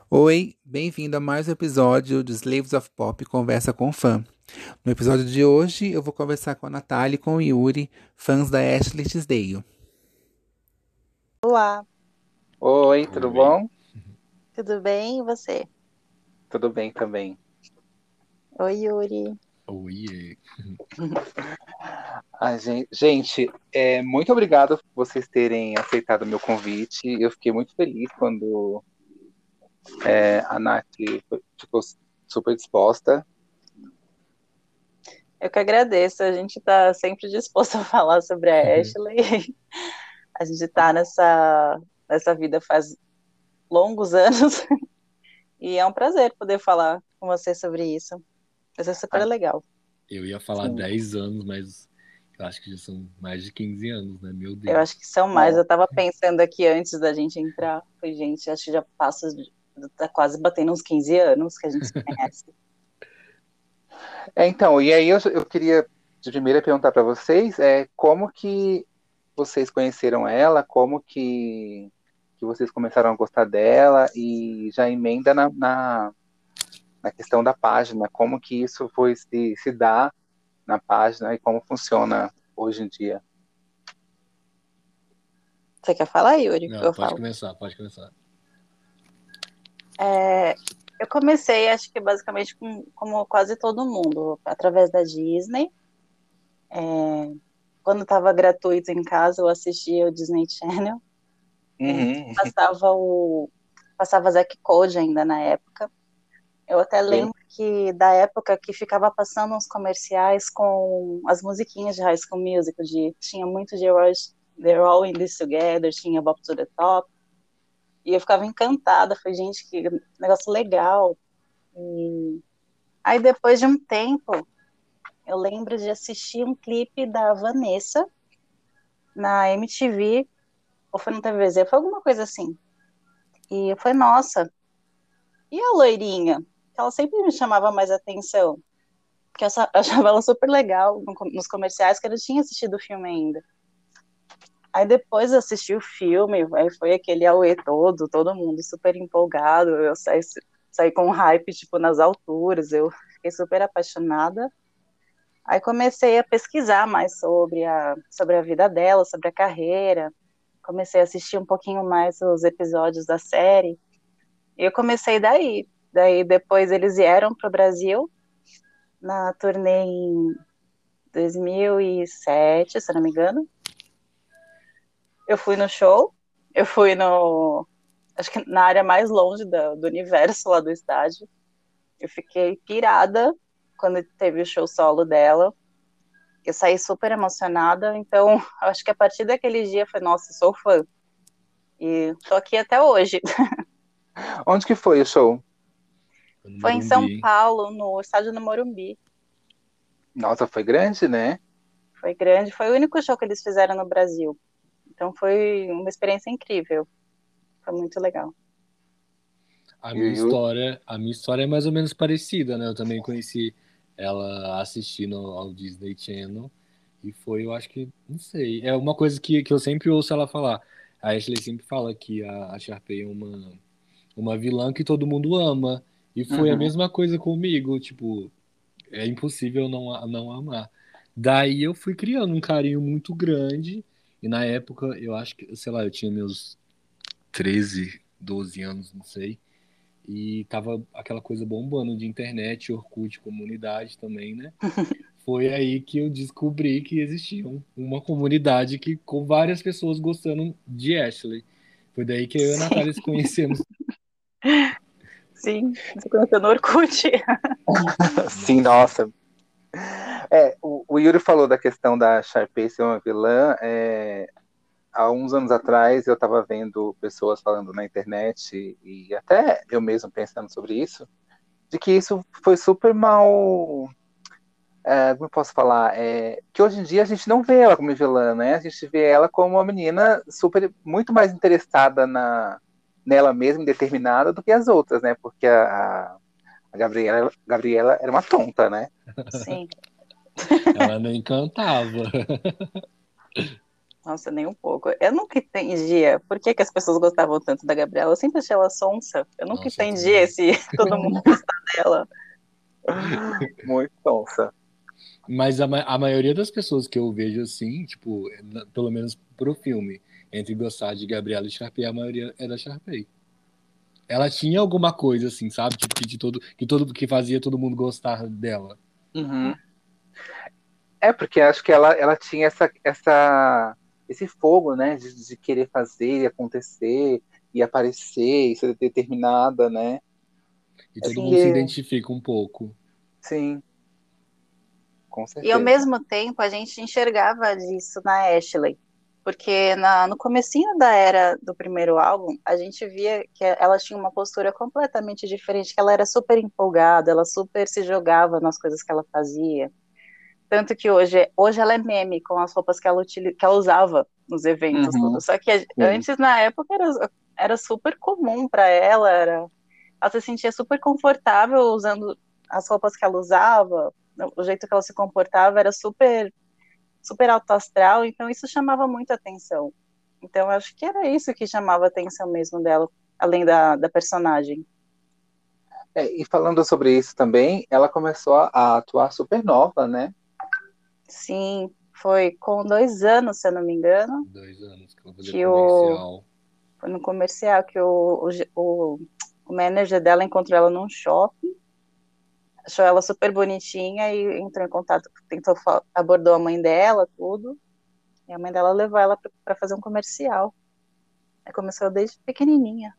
Oi, bem-vindo a mais um episódio de Slaves of Pop Conversa com Fã. No episódio de hoje, eu vou conversar com a Natália e com o Yuri, fãs da Ashley Tisdale. Olá, Oi, tudo Oi. bom? tudo bem? E você? Tudo bem também. Oi, Yuri. Oi. Gente, muito obrigado por vocês terem aceitado o meu convite. Eu fiquei muito feliz quando a Nath ficou super disposta. Eu que agradeço. A gente está sempre disposto a falar sobre a Ashley. A gente está nessa vida faz longos anos e é um prazer poder falar com você sobre isso. Vai ser super Ah, legal. Eu ia falar sim. 10 anos, mas eu acho que já são mais de 15 anos, né? Meu Eu acho Deus. que são mais. É. Eu estava pensando aqui antes da gente entrar. Foi, gente, acho que já passa, tá quase batendo uns 15 anos que a gente se conhece. Então, e aí eu queria de primeira perguntar para vocês como que vocês conheceram ela, como que vocês começaram a gostar dela e já emenda na questão da página, como que isso foi se dá na página e como funciona hoje em dia. Você quer falar, Yuri? Não, Eu pode falo. começar, pode começar. Eu comecei, acho que basicamente como quase todo mundo, através da Disney. Quando estava gratuito em casa, eu assistia o Disney Channel. E Uhum. passava Zack Code ainda na época. Eu até Lembro. lembro que da época que ficava passando uns comerciais com as musiquinhas de High School Musical, tinha muito de They're All in This Together, tinha Bop to the Top. E eu ficava encantada, falei, gente, que negócio legal. E aí depois de um tempo, eu lembro de assistir um clipe da Vanessa na MTV, ou foi no TVZ, foi alguma coisa assim. E foi, nossa, e a loirinha? Ela sempre me chamava mais atenção, porque eu achava ela super legal nos comerciais, que eu não tinha assistido o filme ainda. Aí depois eu assisti o filme, aí foi aquele auê todo mundo super empolgado, eu saí com um hype, tipo, nas alturas, eu fiquei super apaixonada. Aí comecei a pesquisar mais sobre a vida dela, sobre a carreira. Comecei a assistir um pouquinho mais os episódios da série. E eu comecei daí. Daí depois eles vieram para o Brasil na turnê em 2007, se não me engano. Eu fui no show. Eu fui no, acho que na área mais longe do universo lá do estádio. Eu fiquei pirada quando teve o show solo dela. Eu saí super emocionada, então eu acho que a partir daquele dia foi, nossa, sou fã. E tô aqui até hoje. Onde que foi o show? Foi no Foi em São Morumbi. Paulo, no estádio do Morumbi. Nossa, foi grande, né? Foi grande, foi o único show que eles fizeram no Brasil. Então foi uma experiência incrível. Foi muito legal. A minha história é mais ou menos parecida, né? Eu também conheci ela assistindo ao Disney Channel e foi, eu acho que, não sei, é uma coisa que eu sempre ouço ela falar. A Ashley sempre fala que a Sharpay é uma vilã que todo mundo ama. E foi a Uhum. mesma coisa comigo, tipo, é impossível não amar. Daí eu fui criando um carinho muito grande, e na época eu acho que, sei lá, eu tinha meus 13 12 anos, não sei, e tava aquela coisa bombando de internet, Orkut, comunidade também, né? Foi aí que eu descobri que existia uma comunidade que, com várias pessoas gostando de Ashley. Foi daí que eu e a Sim, Natália se conhecemos. sim. Você conheceu no Orkut. Sim, Nossa. nossa. O Yuri falou da questão da Sharpay ser uma vilã. Há uns anos atrás eu estava vendo pessoas falando na internet e até eu mesmo pensando sobre isso, de que isso foi super mal. Como eu posso falar? Que hoje em dia a gente não vê ela como vilã, né? A gente vê ela como uma menina super, muito mais interessada nela mesma, determinada, do que as outras, né? Porque a Gabriela era uma tonta, né? Sim. Ela não encantava. Nossa, nem um pouco. Eu nunca entendia por que as pessoas gostavam tanto da Gabriela. Eu sempre achei ela sonsa. Eu nunca Nossa, eu entendi também. esse todo mundo gostar dela. Muito sonsa. Mas a maioria das pessoas que eu vejo assim, tipo, pelo menos pro filme, entre gostar de Gabriela e Sharpay, a maioria é da Sharpay. Ela tinha alguma coisa assim, sabe? Tipo, que fazia todo mundo gostar dela. Uhum. É, porque acho que ela tinha esse fogo, né, de querer fazer e acontecer e aparecer e ser determinada, né? E É todo mundo se porque, identifica um pouco. sim, com E ao certeza. mesmo tempo a gente enxergava disso na Ashley. Porque no comecinho da era do primeiro álbum, a gente via que ela tinha uma postura completamente diferente, que ela era super empolgada, ela super se jogava nas coisas que ela fazia. Tanto que hoje ela é meme com as roupas que ela usava nos eventos, tudo. Uhum, Só que sim. antes, na época, era super comum para ela, ela se sentia super confortável usando as roupas que ela usava, o jeito que ela se comportava era super, super alto astral, então isso chamava muita atenção. Então, eu acho que era isso que chamava a atenção mesmo dela, além da personagem. É, e falando sobre isso também, ela começou a atuar super nova, né? Sim, foi com 2 anos, se eu não me engano, 2 anos que ela fazia que o comercial. foi no comercial que o manager dela encontrou ela num shopping, achou ela super bonitinha e entrou em contato, abordou a mãe dela, tudo, e a mãe dela levou ela para fazer um comercial. Aí começou desde pequenininha.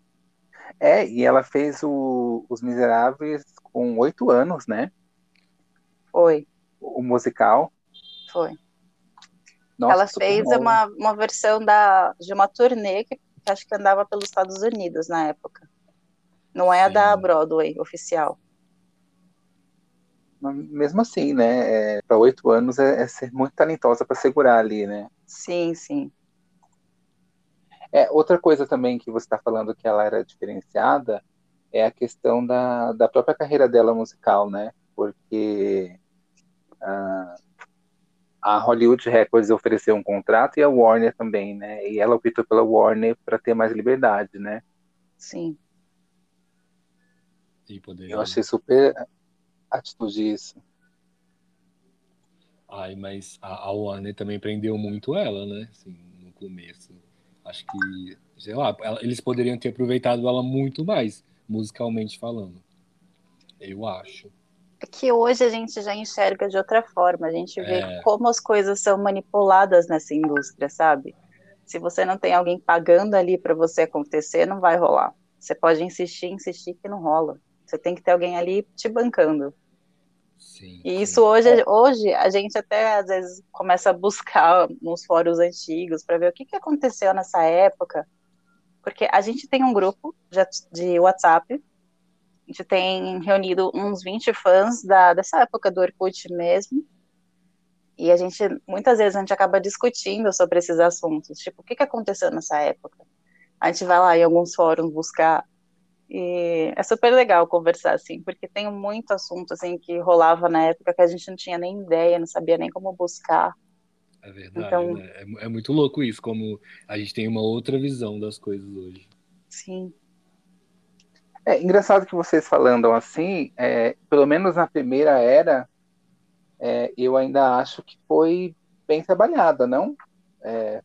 É, e ela fez Os Miseráveis com 8 anos, né? Foi, O musical. foi. Nossa, Ela super fez nova. uma versão de uma turnê que acho que andava pelos Estados Unidos na época. Não é a da Sim. Broadway oficial. Mas mesmo assim, né? Para 8 anos é ser muito talentosa para segurar ali, né? Sim, sim. É, outra coisa também que você está falando que ela era diferenciada é a questão da própria carreira dela musical, né? Porque a Hollywood Records ofereceu um contrato e a Warner também, né? E ela optou pela Warner para ter mais liberdade, né? Sim. E Eu poder. achei super atitude isso. Ai, mas a Warner também prendeu muito ela, né? Assim, no começo. Acho que, sei lá, eles poderiam ter aproveitado ela muito mais, musicalmente falando. Eu acho. É que hoje a gente já enxerga de outra forma, a gente vê É, como as coisas são manipuladas nessa indústria, sabe? Se você não tem alguém pagando ali para você acontecer, não vai rolar. Você pode insistir, insistir que não rola. Você tem que ter alguém ali te bancando. sim, E isso sim. hoje a gente até às vezes começa a buscar nos fóruns antigos para ver o que aconteceu nessa época, porque a gente tem um grupo de WhatsApp. A gente tem reunido uns 20 fãs dessa época do Orkut mesmo, e muitas vezes a gente acaba discutindo sobre esses assuntos, tipo, o que aconteceu nessa época? A gente vai lá em alguns fóruns buscar, e é super legal conversar, assim, porque tem muito assunto, assim, que rolava na época que a gente não tinha nem ideia, não sabia nem como buscar. É verdade, Então, né? É muito louco isso, como a gente tem uma outra visão das coisas hoje. sim, É engraçado que vocês falando assim, pelo menos na primeira era, eu ainda acho que foi bem trabalhada, não? É,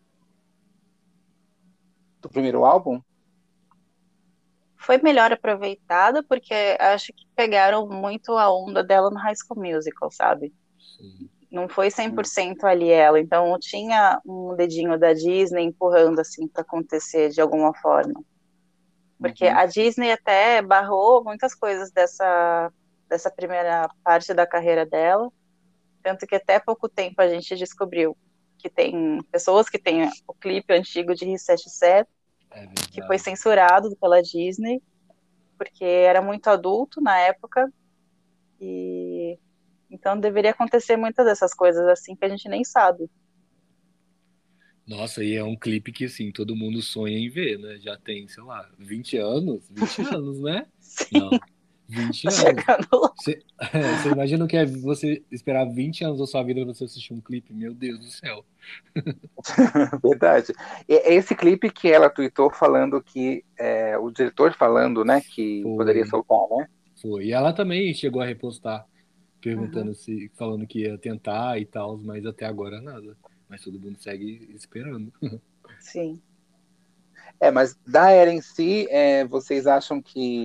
do primeiro álbum? foi melhor aproveitada, porque acho que pegaram muito a onda dela no High School Musical, sabe? Sim. Não foi Sim. 100% ali ela, então tinha um dedinho da Disney empurrando assim para acontecer de alguma forma. Porque Uhum. a Disney até barrou muitas coisas dessa primeira parte da carreira dela, tanto que até pouco tempo a gente descobriu que tem pessoas que têm o clipe antigo de Reset Set, É que foi verdade. censurado pela Disney, porque era muito adulto na época, e então deveria acontecer muitas dessas coisas assim que a gente nem sabe. Nossa, e é um clipe que, assim, todo mundo sonha em ver, né? Já tem, sei lá, 20 anos? 20 anos, né? Sim, Não. 20 Tá anos. chegando lá. Você imagina o que é você esperar 20 anos da sua vida pra você assistir um clipe? Meu Deus do céu. Verdade. É esse clipe que ela tweetou falando que o diretor falando, né, que poderia Foi, soltar, né? foi. E ela também chegou a repostar, Uhum, perguntando se, falando que ia tentar e tal, mas até agora nada. Mas todo mundo segue esperando. sim. Mas da era em si, vocês acham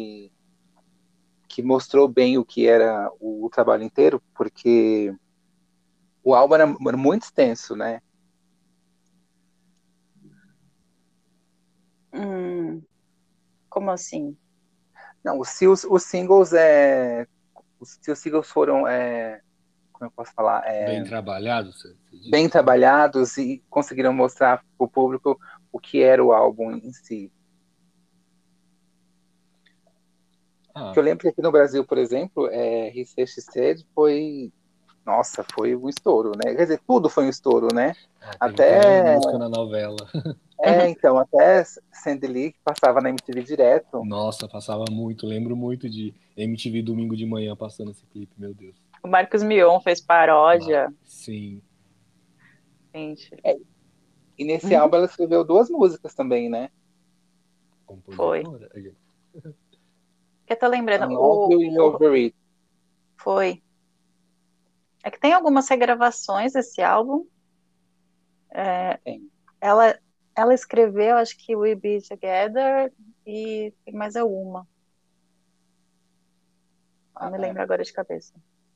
que mostrou bem o que era o trabalho inteiro? Porque o álbum era muito extenso, né? Hum, como assim? Não, se os singles se os singles foram, como eu posso falar, Bem trabalhado, você diz bem assim? trabalhados e conseguiram mostrar para o público o que era o álbum em si. Ah, Que eu lembro que aqui no Brasil, por exemplo, He foi, nossa, foi um estouro, né? Quer dizer, tudo foi um estouro, né? teve até Até, música na novela. então, até Sandy Lee, que passava na MTV direto. Nossa, passava muito. Lembro muito de MTV domingo de manhã passando esse clipe, meu Deus. O Marcos Mion fez Ah, paródia, sim, gente. É, e nesse Uhum, álbum ela escreveu duas músicas também, né? foi. compositora. Que eu tô I lembrando, Love You e Over It. foi. É que tem algumas regravações desse álbum. Tem. Ela, ela escreveu, acho que We Be Together e tem mais alguma. Não Ah, me lembro agora de cabeça.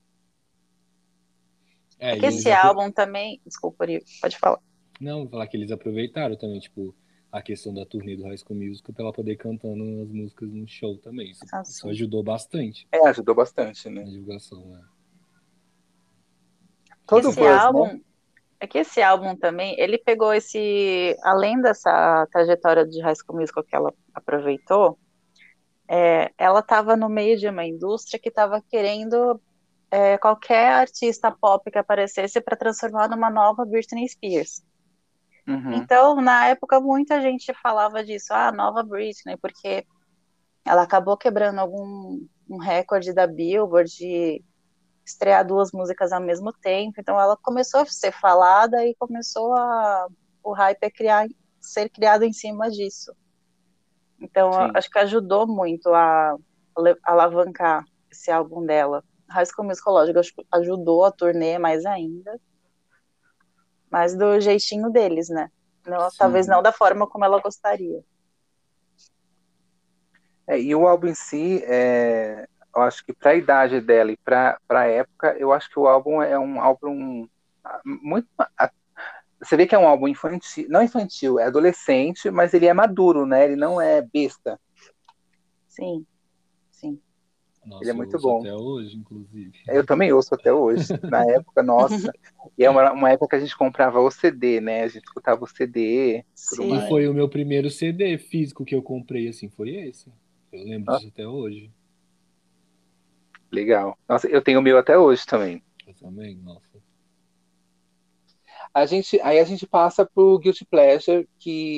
É que E eles esse álbum também. Desculpa, Uri, pode falar. Não, vou falar que eles aproveitaram também, tipo, a questão da turnê do High School Musical pra ela poder ir cantando as músicas no show também. Isso Assim. ajudou bastante Ajudou bastante, na né? divulgação, né? Todo o Esse buzz, né? álbum, é que esse álbum também, ele pegou esse, além dessa trajetória de High School Musical que ela aproveitou, ela estava no meio de uma indústria que estava querendo qualquer artista pop que aparecesse para transformar numa nova Britney Spears. Uhum. Então, na época, muita gente falava disso, nova Britney, porque ela acabou quebrando um recorde da Billboard de estrear duas músicas ao mesmo tempo. Então, ela começou a ser falada e começou o hype ser criado em cima disso. Então, Sim. acho que ajudou muito a alavancar esse álbum dela. High School Musical, lógico, acho que ajudou a turnê mais ainda, mas do jeitinho deles, né? Não, talvez Uhum. não da forma como ela gostaria. E o álbum em si, eu acho que para a idade dela e para a época, eu acho que o álbum é um álbum muito. Você vê que é um álbum infantil, não infantil, é adolescente, mas ele é maduro, né? Ele não é besta. Sim, sim. Ele é Nossa, eu muito ouço bom. até hoje, inclusive. Eu também ouço até hoje. Na época, nossa. E é uma época que a gente comprava o CD, né? A gente escutava o CD, tudo E mais. Sim. foi o meu primeiro CD físico que eu comprei, assim, foi esse. Eu lembro Nossa, disso até hoje. legal. Nossa, eu tenho o meu até hoje também. Eu também, nossa. Aí a gente passa pro Guilty Pleasure,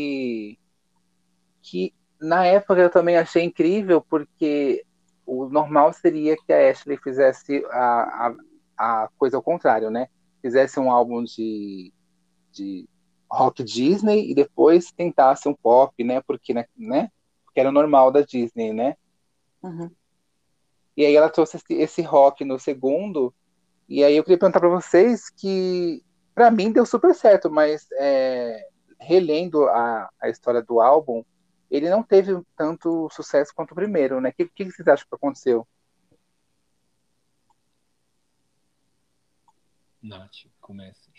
que na época eu também achei incrível, porque o normal seria que a Ashley fizesse a coisa ao contrário, né? Fizesse um álbum de rock Disney e depois tentasse um pop, né? Porque, né? Porque era o normal da Disney, né? Uhum. E aí ela trouxe esse rock no segundo, e aí eu queria perguntar para vocês que, para mim, deu super certo, mas relendo a história do álbum, ele não teve tanto sucesso quanto o primeiro, né? O que vocês acham que aconteceu? Nath, comece.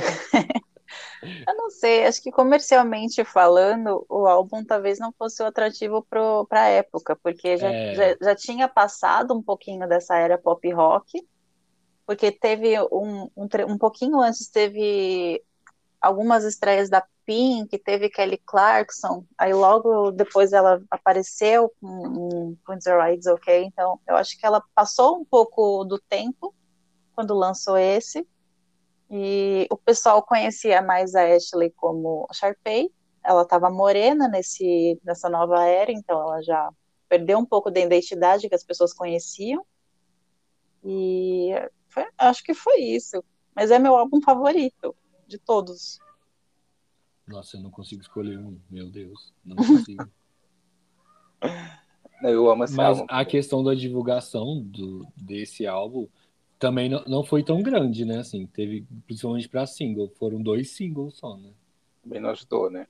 Eu não sei, acho que comercialmente falando, o álbum talvez não fosse o atrativo para a época, porque É, já tinha passado um pouquinho dessa era pop rock, porque teve um pouquinho antes, teve algumas estreias da Pink, teve Kelly Clarkson, aí logo depois ela apareceu com It's Alright, It's Okay, então eu acho que ela passou um pouco do tempo quando lançou esse, e o pessoal conhecia mais a Ashley como a Sharpay. Ela estava morena nessa nova era, então ela já perdeu um pouco da identidade que as pessoas conheciam. E acho que foi isso. Mas é meu álbum favorito de todos. Nossa, eu não consigo escolher um. Meu Deus, não consigo. Eu amo esse Mas álbum. a questão da divulgação desse álbum também não foi tão grande, né? Assim, teve, principalmente pra single. Foram 2 singles só, né? Também não ajudou, né?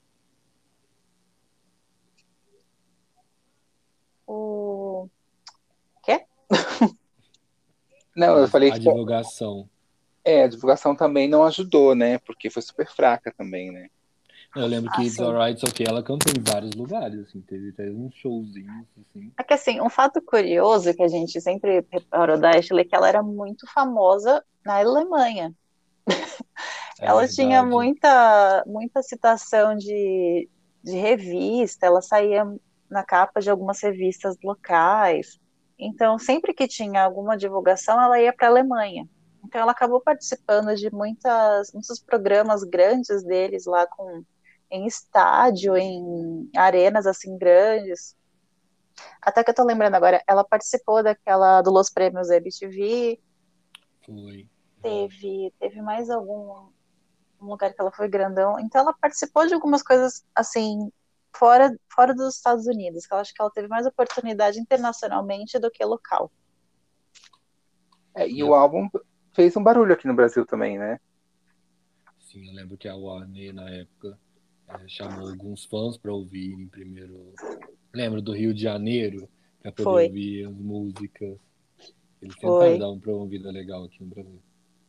O quê? Não, eu falei A que divulgação. a divulgação também não ajudou, né? Porque foi super fraca também, né? Eu lembro que It's Assim, Alright, só que ela cantou em vários lugares, assim, teve até uns showzinhos, assim. é que assim, um fato curioso que a gente sempre reparou da Ashley é que ela era muito famosa na Alemanha. É Ela tinha verdade. muita citação de revista, ela saía na capa de algumas revistas locais. Então, sempre que tinha alguma divulgação, ela ia para a Alemanha. Então, ela acabou participando de muitos programas grandes deles lá em estádio, em arenas assim grandes. Até que eu tô lembrando agora, ela participou daquela do Los Prêmios MTV, Foi. teve mais algum um lugar que ela foi grandão. Então ela participou de algumas coisas assim fora dos Estados Unidos, que eu acho que ela teve mais oportunidade internacionalmente do que local. E o álbum fez um barulho aqui no Brasil também, né? Sim, eu lembro que a Warner, na época, chamou alguns fãs para ouvir em primeiro. Lembro do Rio de Janeiro, para poder Foi, ouvir as músicas. Eles tentaram foi. dar uma promovida legal aqui no Brasil.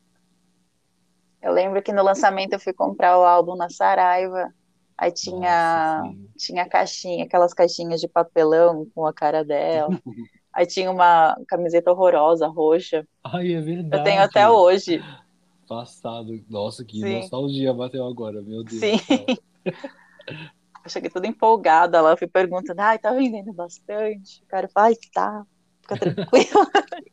Eu lembro que no lançamento eu fui comprar o álbum na Saraiva. Aí Nossa, sim. tinha caixinha, aquelas caixinhas de papelão com a cara dela. Aí tinha uma camiseta horrorosa, roxa. Ai, é Eu tenho até verdade. hoje. Passado. Nossa, que Sim, nostalgia bateu agora, meu Deus sim. do céu. Eu cheguei toda empolgada lá, fui perguntando, ai, tá vendendo bastante? O cara fala, ai, tá, fica tranquilo.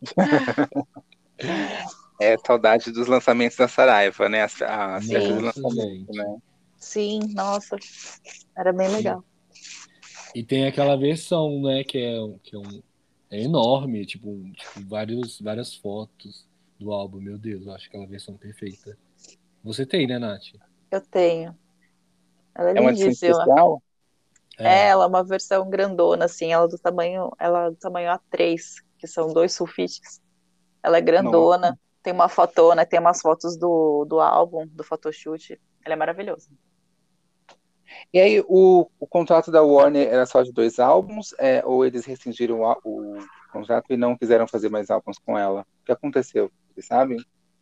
É saudade dos lançamentos da Saraiva, né? As festas de Sim, Nossa, lançamento, gente. né? sim, nossa, era bem E, legal. e tem aquela versão, né, é enorme, várias fotos do álbum, meu Deus, eu acho aquela versão perfeita. Você tem, né, Nath? Eu tenho. Ela é É uma edição lindíssima. especial? É, Ela é uma versão grandona, assim, ela é do tamanho A3, que são dois sulfites. Ela é Nossa. grandona, tem uma fotona, tem umas fotos do álbum, do photoshoot. Ela é maravilhosa. E aí, o contrato da Warner era só de 2 álbuns, ou eles rescindiram o contrato e não quiseram fazer mais álbuns com ela? O que aconteceu? Vocês sabem?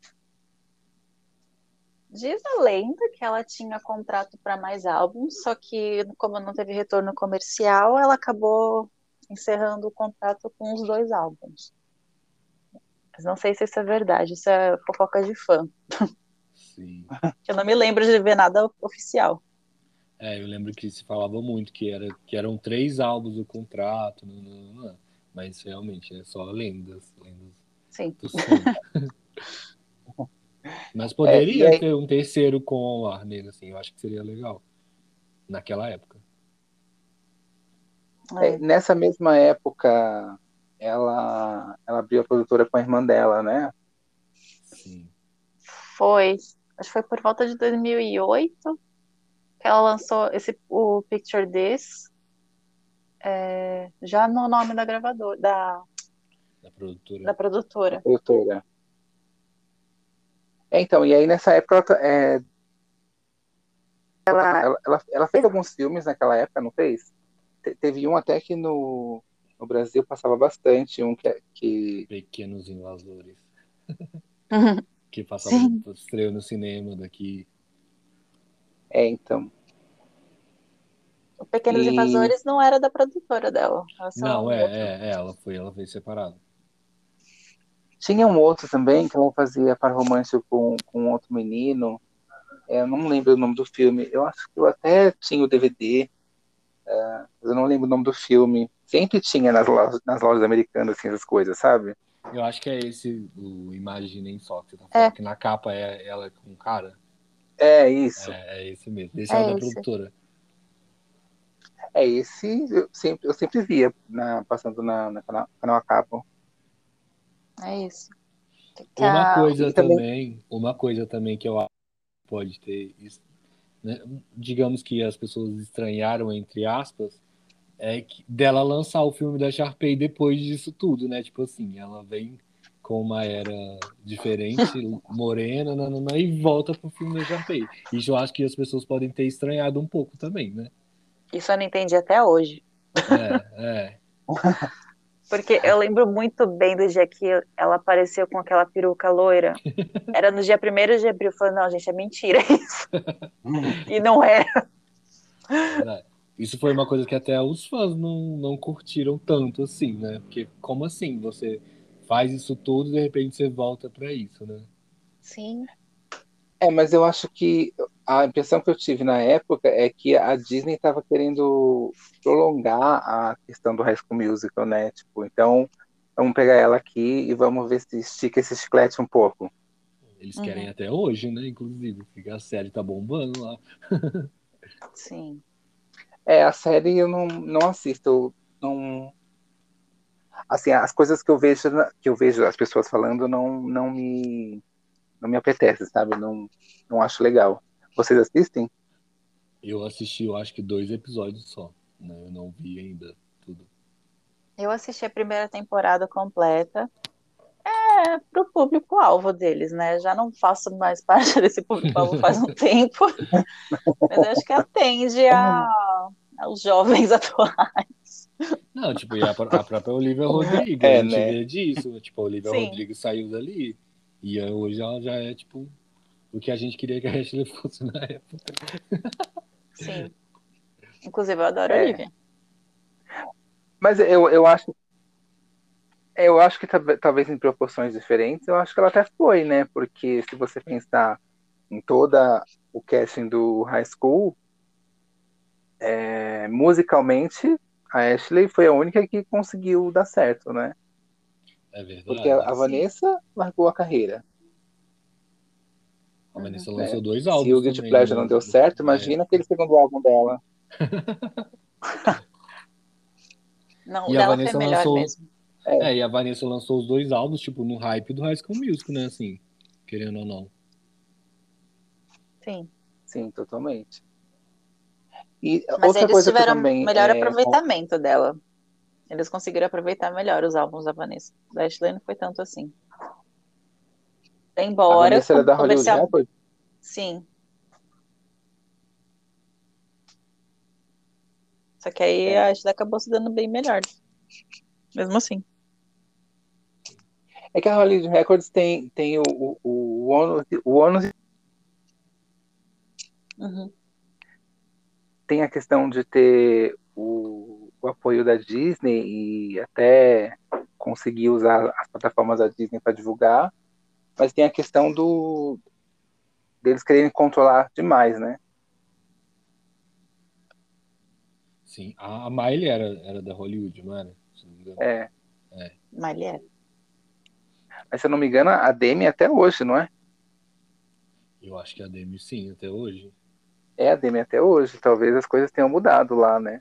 Diz a lenda que ela tinha contrato para mais álbuns, só que como não teve retorno comercial, ela acabou encerrando o contrato com os dois álbuns. Mas não sei se isso é verdade, isso é fofoca de fã. sim. Eu não me lembro de ver nada oficial. É, eu lembro que se falava muito que eram 3 álbuns o contrato, não. Mas realmente é só lendas Sim. dos fãs. Mas E poderia aí, ter um terceiro com o Warner, assim, eu acho que seria legal. Naquela época. É. nessa mesma época, ela abriu a produtora com a irmã dela, né? Sim. Foi, acho que foi por volta de 2008 que ela lançou o Picture This, já no nome da gravadora, Da produtora. da A produtora. produtora. Então, e aí nessa época ela fez alguns filmes naquela época, não fez? Teve um até que no Brasil passava bastante, um que Pequenos Invasores. Que passava, Sim, estreou no cinema daqui. então. o Pequenos E Invasores não era da produtora dela. Essa é Não, um outro. ela fez separado. tinha um outro também que ela fazia par romântico com outro menino. Eu não lembro o nome do filme. Eu acho que eu até tinha o DVD, mas eu não lembro o nome do filme. Sempre tinha nas lojas americanas assim, essas coisas, sabe? Eu acho que é esse, o Imaginem Só que você tá falando, É, que na capa é ela com o cara. É isso. É esse mesmo. Esse é o é da esse. produtora. Esse eu sempre via passando na canal a cabo. É isso. E também, Uma coisa também que eu acho que pode ter, né, digamos que as pessoas estranharam, entre aspas, é que dela lançar o filme da Sharpay depois disso tudo, né? Tipo assim, ela vem com uma era diferente, morena, nanana, e volta pro filme da Sharpay. Isso eu acho que as pessoas podem ter estranhado um pouco também, né? Isso eu não entendi até hoje. É. Porque eu lembro muito bem do dia que ela apareceu com aquela peruca loira. Era no dia 1º de abril. Eu falei, não, gente, é mentira isso. E não era. Verdade. Isso foi uma coisa que até os fãs não curtiram tanto assim, né? Porque como assim? Você faz isso tudo e de repente você volta pra isso, né? Sim. mas eu acho que a impressão que eu tive na época é que a Disney estava querendo prolongar a questão do High School Musical, né? Tipo, então vamos pegar ela aqui e vamos ver se estica esse chiclete um pouco. Eles querem até hoje, né? Inclusive, porque a série tá bombando lá. Sim. A série eu não assisto, não, assim, as coisas que eu vejo as pessoas falando não me apetece, sabe? Não acho legal. Vocês assistem? Eu assisti, eu acho que 2 episódios só, né? Eu não vi ainda tudo. Eu assisti a primeira temporada completa. Pro público-alvo deles, né? Já não faço mais parte desse público-alvo faz um tempo. Mas eu acho que atende aos jovens atuais. Não, tipo, e a própria Olivia Rodrigo, a gente Né? vê disso. Tipo, a Olivia Sim, Rodrigo saiu dali. E hoje ela já é, tipo, o que a gente queria que a Ashley fosse na época. sim. Inclusive, eu adoro a É. Olivia. Mas eu acho que talvez em proporções diferentes, eu acho que ela até foi, né? Porque se você pensar em toda o casting do High School, musicalmente, a Ashley foi a única que conseguiu dar certo, né? É Porque verdade. a Sim. Vanessa largou a carreira, A Vanessa né? lançou 2 Se o álbuns Guilty também Pleasure não deu certo, na imagina época. aquele segundo álbum dela. Não, o E a dela foi Vanessa melhor lançou. mesmo. E a Vanessa lançou os 2 álbuns, tipo, no hype do High School Music, né? Assim, querendo ou não. Sim. Sim, totalmente. E Mas outra eles coisa que eu tiveram também. melhor aproveitamento dela. Eles conseguiram aproveitar melhor os álbuns da Vanessa. Da Ashley não foi tanto assim. A Embora Vanessa era da Hollywood comercial. Records? Sim. Só que aí É. a Ashley acabou se dando bem melhor. Mesmo assim. É que a Hollywood Records tem o ônus Uhum. tem a questão de ter o apoio da Disney e até conseguir usar as plataformas da Disney para divulgar, mas tem a questão deles quererem controlar demais, né? Sim. A Miley era da Hollywood, não era? Se não me engano. É. Malha. Mas se eu não me engano, a Demi até hoje, não é? Eu acho que a Demi sim, até hoje. É a Demi até hoje. Talvez as coisas tenham mudado lá, né?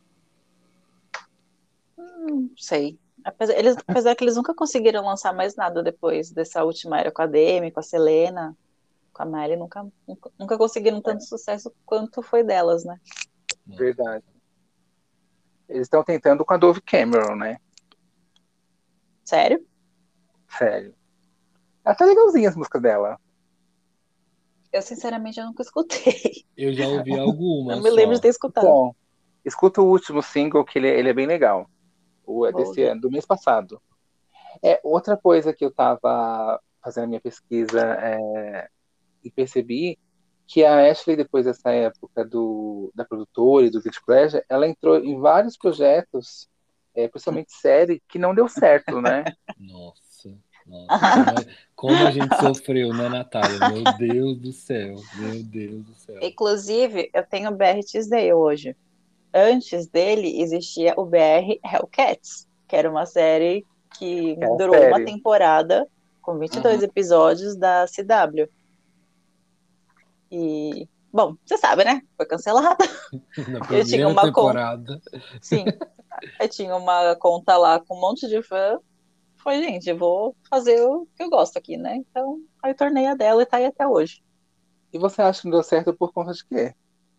Sei. Apesar que eles nunca conseguiram lançar mais nada depois dessa última era com a Demi, com a Selena, com a Miley, nunca conseguiram tanto sucesso quanto foi delas, né? Nossa. Verdade. Eles estão tentando com a Dove Cameron, né? Sério? Sério. Ela tá legalzinha as músicas dela. Eu, sinceramente, eu nunca escutei. Eu já ouvi Não algumas me lembro de só. ter escutado. Então, escuta o último single, que ele é bem legal. Vou Desse ouvir. ano, do mês passado. Outra coisa que eu estava fazendo a minha pesquisa e percebi que a Ashley, depois dessa época da produtora e do Guilty Pleasure, ela entrou em vários projetos, principalmente série, que não deu certo, né? Nossa, nossa. Como a gente sofreu, né, Natália? Meu Deus do céu. Meu Deus do céu. Inclusive, eu tenho o BR Tuesday hoje. Antes dele existia o BR Hellcats, que era uma série que Que era durou uma série. temporada com Uhum. 22 episódios da CW. E Bom, você sabe, né? Foi cancelada. Na Eu tinha primeira uma conta. temporada. Sim. Eu tinha uma conta lá com um monte de fã. Foi, gente, eu vou fazer o que eu gosto aqui, né? Então, aí tornei a dela e tá aí até hoje. E você acha que não deu certo por conta de quê?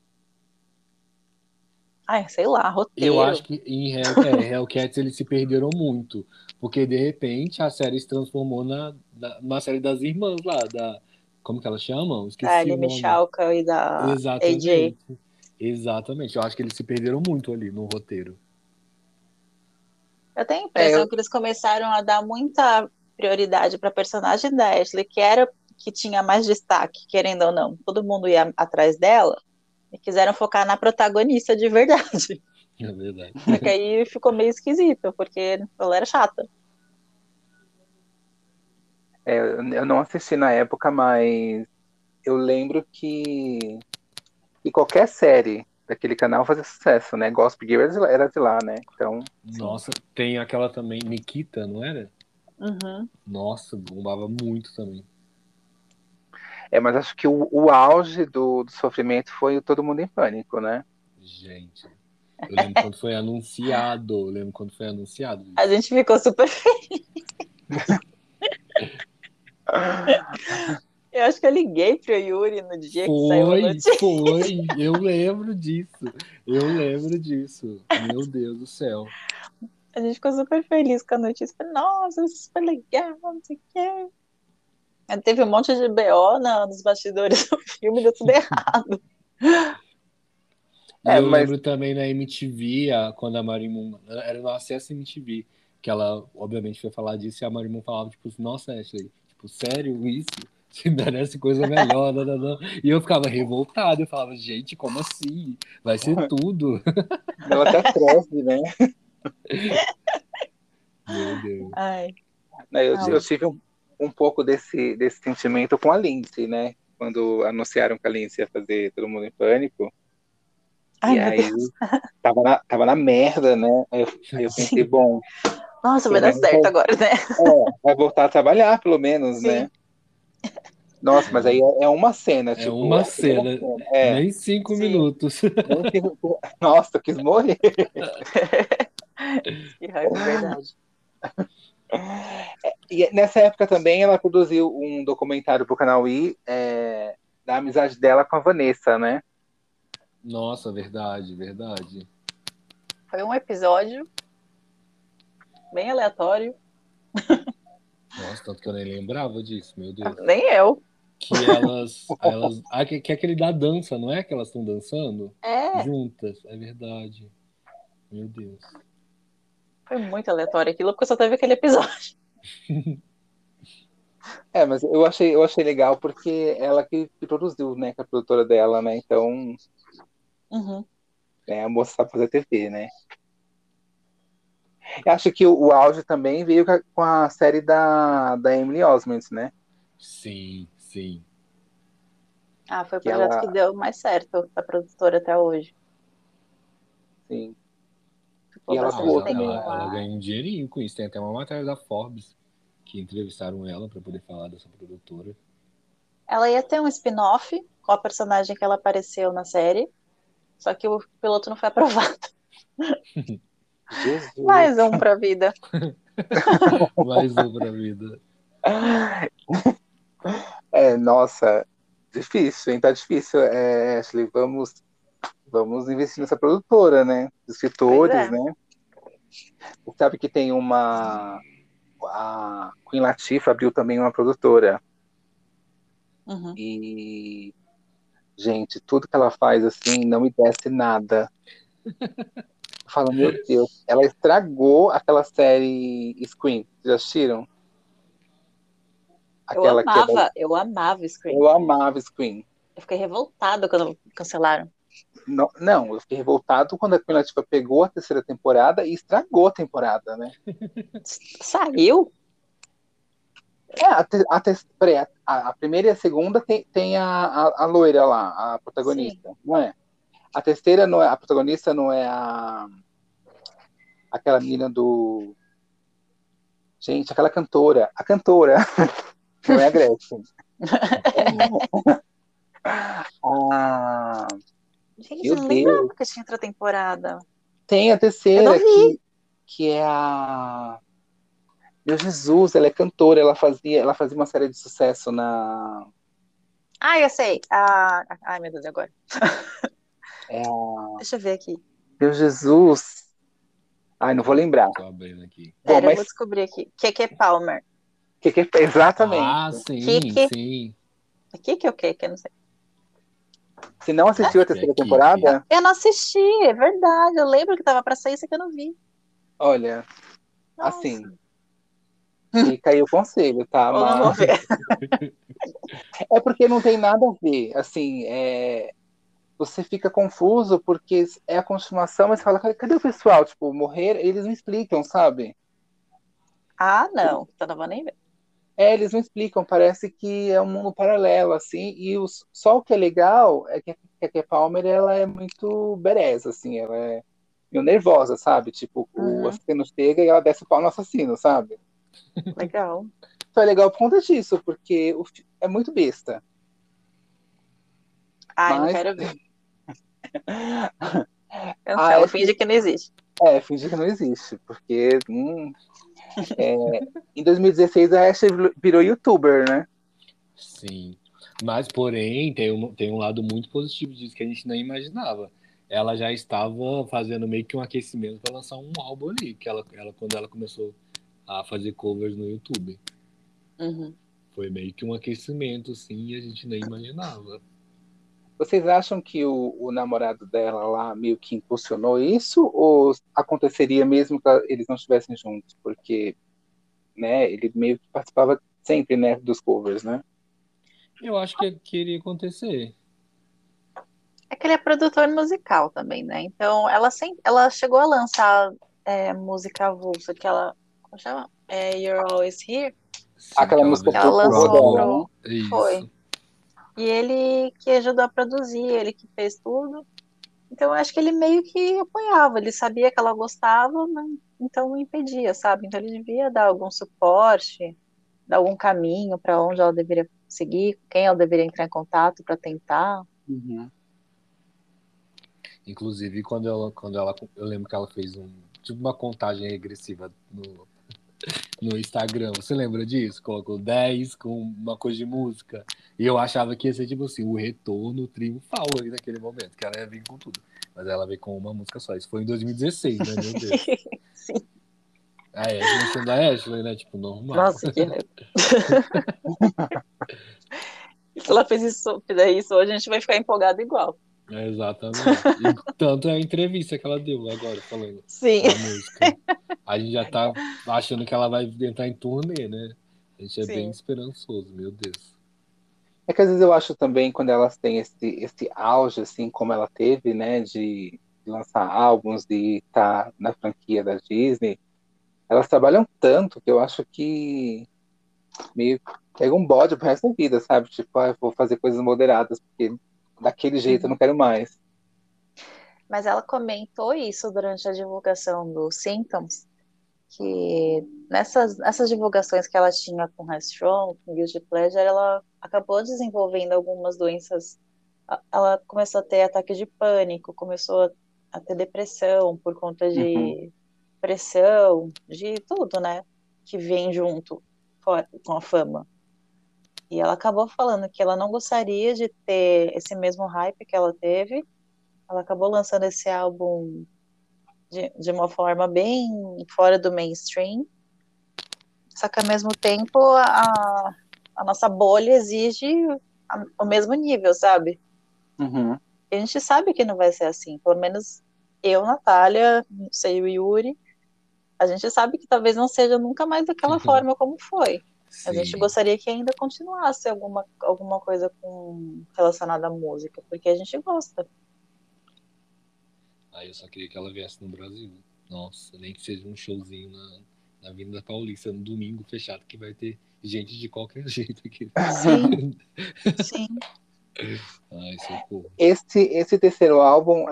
Ai, sei lá, Eu acho roteiro. que em Hellcats eles se perderam muito. Porque de repente a série se transformou numa série das irmãs lá, como que elas chamam? Da Esqueci o Ellie nome. Michalka e da AJ. Exatamente. Exatamente. Eu acho que eles se perderam muito ali no roteiro. Eu tenho a É, impressão que eles começaram a dar muita prioridade para a personagem da Ashley, que tinha mais destaque, querendo ou não. Todo mundo ia atrás dela e quiseram focar na protagonista de verdade. É verdade. Só que aí ficou meio esquisito, porque ela era chata. eu não assisti na época, mas eu lembro que qualquer série daquele canal fazia sucesso, né? Gossip Girl era de lá, né? Então, sim. Nossa, tem aquela também, Nikita, não era? Uhum. Nossa, bombava muito também. Mas acho que o auge do sofrimento foi o Todo Mundo em Pânico, né? Gente, eu lembro quando foi anunciado. Eu lembro quando foi anunciado A isso. gente ficou super. Eu acho que eu liguei pro Yuri no dia que saiu a notícia. Foi. Eu lembro disso. Eu lembro disso. Meu Deus do céu. A gente ficou super feliz com a notícia. Falei, nossa, isso foi legal, não sei o quê. Aí teve um monte de BO nos bastidores do filme, deu tudo errado. E eu Mas lembro também na MTV, quando a Marimun. Era no Acesso MTV, que ela, obviamente, foi falar disso e a Marimun falava, tipo, nossa, Ashley, tipo, sério isso? Se merece coisa melhor, não. E eu ficava revoltado, eu falava, gente, como assim? Vai ser tudo. ela até cresce, né? Meu Deus. Ai, Né, não. eu tive um pouco desse sentimento com a Lindsay, né? Quando anunciaram que a Lindsay ia fazer Todo Mundo em Pânico. Ai, E meu aí Deus. tava na merda, né? Aí eu pensei, Sim. bom, Nossa, vai pelo dar menos certo agora, né? vai voltar a trabalhar, pelo menos, né? Sim. Nossa, mas aí é uma cena, É tipo, uma é a primeira cena, cena. nem 5 Sim. minutos. Nossa, eu quis morrer. Que raiva, é verdade. E nessa época também ela produziu um documentário pro canal I, da amizade dela com a Vanessa, né? Nossa, verdade, verdade. Foi um episódio bem aleatório. Nossa, tanto que eu nem lembrava disso, meu Deus. Nem eu. Que elas. Que é aquele da dança, não é que elas estão dançando? É, Juntas, é verdade. Meu Deus. foi muito aleatório aquilo, porque só teve aquele episódio. Mas eu achei legal porque ela que produziu, né, com a produtora dela, né? Então, Uhum. a moça sabe fazer TV, né? Eu acho que o auge também veio com a série da Emily Osment, né? Sim, sim. Ah, foi o Que projeto que ela, deu mais certo da produtora até hoje. sim, e Ficou ela Ah, bastante atuou tempinho também. ela lá. ganha um dinheirinho com isso. Tem até uma matéria da Forbes que entrevistaram ela para poder falar dessa produtora. Ela ia ter um spin-off com a personagem que ela apareceu na série, só que o piloto não foi aprovado. Jesus. Mais um pra vida. Mais um pra vida. Nossa, difícil, hein? Tá difícil, Ashley. Vamos investir nessa produtora, né? Pois Escritores, é. né? Você sabe que tem a Queen Latifah abriu também uma produtora. Uhum. E, gente, tudo que ela faz, assim, não me desce nada. Eu falo, meu Deus, ela estragou aquela série Scream. Já assistiram? Aquela que é da... Eu amava Scream. Eu amava Scream. Eu fiquei revoltada quando cancelaram. Não, não, eu fiquei revoltado quando a Queen Latifah pegou a terceira temporada e estragou a temporada, né? Saiu? Peraí, a primeira e a segunda tem a loira lá, a Sim. protagonista, não é? A terceira não é, a protagonista não é aquela menina do. Gente, aquela cantora. A cantora. Não é a Gretchen. Ah, Gente, meu eu não lembrava Deus. que tinha outra temporada. Tem a Eu não terceira, vi. que é a. Meu Jesus, ela é cantora, ela fazia uma série de sucesso na. Ah, eu sei. Ah, ai, meu Deus, e agora? É a. Deixa eu ver aqui. Meu Jesus. Ai, não vou lembrar. Tô abrindo aqui. Bom, Pera, eu vou mas descobrir aqui. Keke Palmer. exatamente. Ah, sim, Kiki. sim. Kiki ou Keke? Eu não sei. Se não assistiu a Acho que é terceira Kiki. temporada, Eu não assisti, é verdade. Eu lembro que tava pra sair, isso que eu não vi. olha, Nossa. assim, fica aí o conselho, tá? Ou não vou Mas ver. é porque não tem nada a ver. Assim, você fica confuso porque é a continuação, mas você fala, cadê o pessoal? Tipo, morrer, eles não explicam, sabe? Ah, não. Então não vou nem ver. Eles não explicam, parece que é um mundo paralelo, assim, e só o que é legal é que a Keke Palmer, ela é muito bereza, assim, ela é meio nervosa, sabe? Tipo, o Uhum, assassino chega e ela desce o pau no assassino, sabe? legal. Então é legal por conta disso, porque é muito besta, Ai, não mas quero ver. a Cancela, Ashley, finge que não existe. finge que não existe, porque é, em 2016 a Ashley virou youtuber, né? Sim. Mas, porém, tem um lado muito positivo disso que a gente nem imaginava. Ela já estava fazendo meio que um aquecimento para lançar um álbum ali, quando ela começou a fazer covers no YouTube. Uhum. Foi meio que um aquecimento, assim, e a gente nem imaginava. Vocês acham que o namorado dela lá meio que impulsionou isso? Ou aconteceria mesmo que eles não estivessem juntos? Porque, né, ele meio que participava sempre, né, dos covers, né? Eu acho que iria acontecer. É que ele é produtor musical também, né? Então, ela chegou a lançar música avulsa, que ela, como chama? You're Always Here. Sim, Aquela que ela música Que que ela foi pro vô lançou dela, gravou. né? pro... Foi. Isso. E ele que ajudou a produzir, ele que fez tudo. Então, eu acho que ele meio que apoiava. Ele sabia que ela gostava, mas então não impedia, sabe? Então, ele devia dar algum suporte, dar algum caminho para onde ela deveria seguir, com quem ela deveria entrar em contato para tentar. Uhum. Inclusive, eu lembro que ela fez tipo uma contagem regressiva no Instagram. Você lembra disso? Colocou 10 com uma coisa de música. E eu achava que ia ser, tipo assim, o retorno triunfal ali naquele momento, que ela ia vir com tudo. Mas ela veio com uma música só. Isso foi em 2016, né? Meu Deus. Sim. A Ashley sendo a Ashley, né? Tipo, normal. Nossa, que raiva. Se ela fez isso, fizer isso hoje, a gente vai ficar empolgado igual. É, exatamente. E tanto é a entrevista que ela deu agora, falando Sim, da música. A gente já tá achando que ela vai entrar em turnê, né? A gente é bem sim. esperançoso, meu Deus. É que às vezes eu acho também, quando elas têm esse auge, assim, como ela teve, né, de lançar álbuns, de estar na franquia da Disney, elas trabalham tanto que eu acho que meio pega um bode pro resto da vida, sabe? Tipo, eu vou fazer coisas moderadas, porque daquele jeito eu não Uhum. quero mais. Mas ela comentou isso durante a divulgação do Symptoms, que nessas divulgações que ela tinha com Headstrong, com Guilty Pleasure, ela acabou desenvolvendo algumas doenças. Ela começou a ter ataque de pânico, começou a ter depressão por conta Uhum, de pressão, de tudo, né? Que vem junto com a fama. E ela acabou falando que ela não gostaria de ter esse mesmo hype que ela teve. Ela acabou lançando esse álbum de uma forma bem fora do mainstream, só que ao mesmo tempo a nossa bolha exige o mesmo nível, sabe? uhum. E a gente sabe que não vai ser assim, pelo menos eu, Natália, não sei o Yuri, a gente sabe que talvez não seja nunca mais daquela forma como foi. A gente Sim. gostaria que ainda continuasse alguma coisa relacionada à música, porque a gente gosta. Aí eu só queria que ela viesse no Brasil. Nossa, nem que seja um showzinho na Avenida Paulista, no domingo fechado, que vai ter gente de qualquer jeito aqui. Sim, sim. Ai, socorro. Esse terceiro álbum,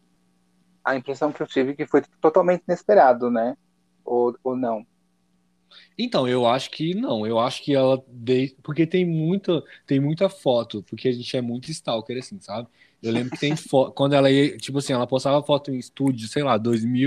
a impressão que eu tive é que foi totalmente inesperado, né? Ou não. Então, eu acho que não. Eu acho que ela. Porque tem muita foto, porque a gente é muito stalker, assim, sabe? Eu lembro que tem foto. Quando ela ia. Tipo assim, ela postava foto em estúdio, sei lá,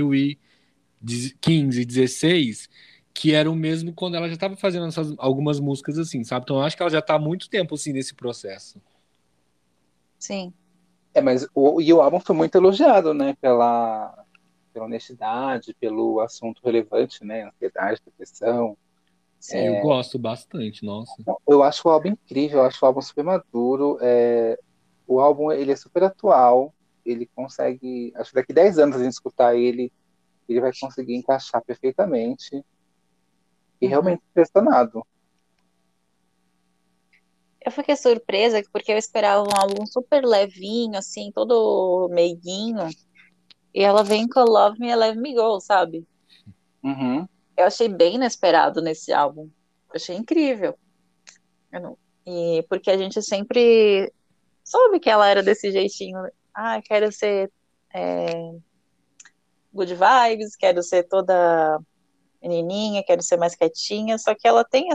2015, 16, que era o mesmo quando ela já tava fazendo algumas músicas assim, sabe? Então eu acho que ela já tá há muito tempo, assim, nesse processo. Sim. Mas o álbum foi muito elogiado, né? Pela honestidade, pelo assunto relevante, né? Ansiedade, depressão. Eu Sim. gosto bastante, nossa. Eu acho o álbum incrível, eu acho o álbum super maduro. O álbum ele é super atual. Ele consegue, acho que daqui 10 anos a gente escutar ele vai conseguir encaixar perfeitamente. E Uhum. realmente impressionado. Eu fiquei surpresa porque eu esperava um álbum super levinho, assim, todo meiguinho. E ela vem com Love Me and Let Me Go, sabe? Uhum, Eu achei bem inesperado nesse álbum. Eu achei incrível. Eu não... E porque a gente sempre soube que ela era desse jeitinho. Ah, quero ser é, good vibes, quero ser toda menininha, quero ser mais quietinha. Só que ela tem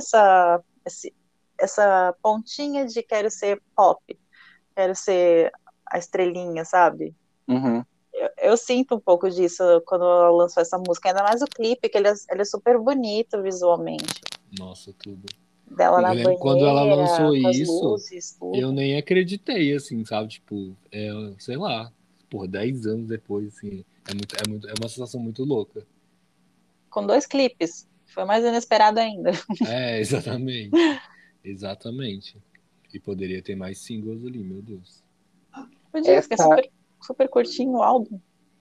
essa pontinha de quero ser pop, quero ser a estrelinha, sabe? uhum. Eu sinto um pouco disso quando ela lançou essa música, ainda mais o clipe, que ele é super bonito visualmente. Nossa, tudo. Dela na Eu lembro que quando ela banheira, lançou com as isso, luzes, eu tudo. nem acreditei, assim, sabe? Tipo, sei lá, por 10 anos depois, assim, é uma sensação muito louca. Com dois clipes. Foi mais inesperado ainda. É, exatamente. Exatamente. E poderia ter mais singles ali, meu Deus. Podia, porque é Essa, super curtinho o álbum.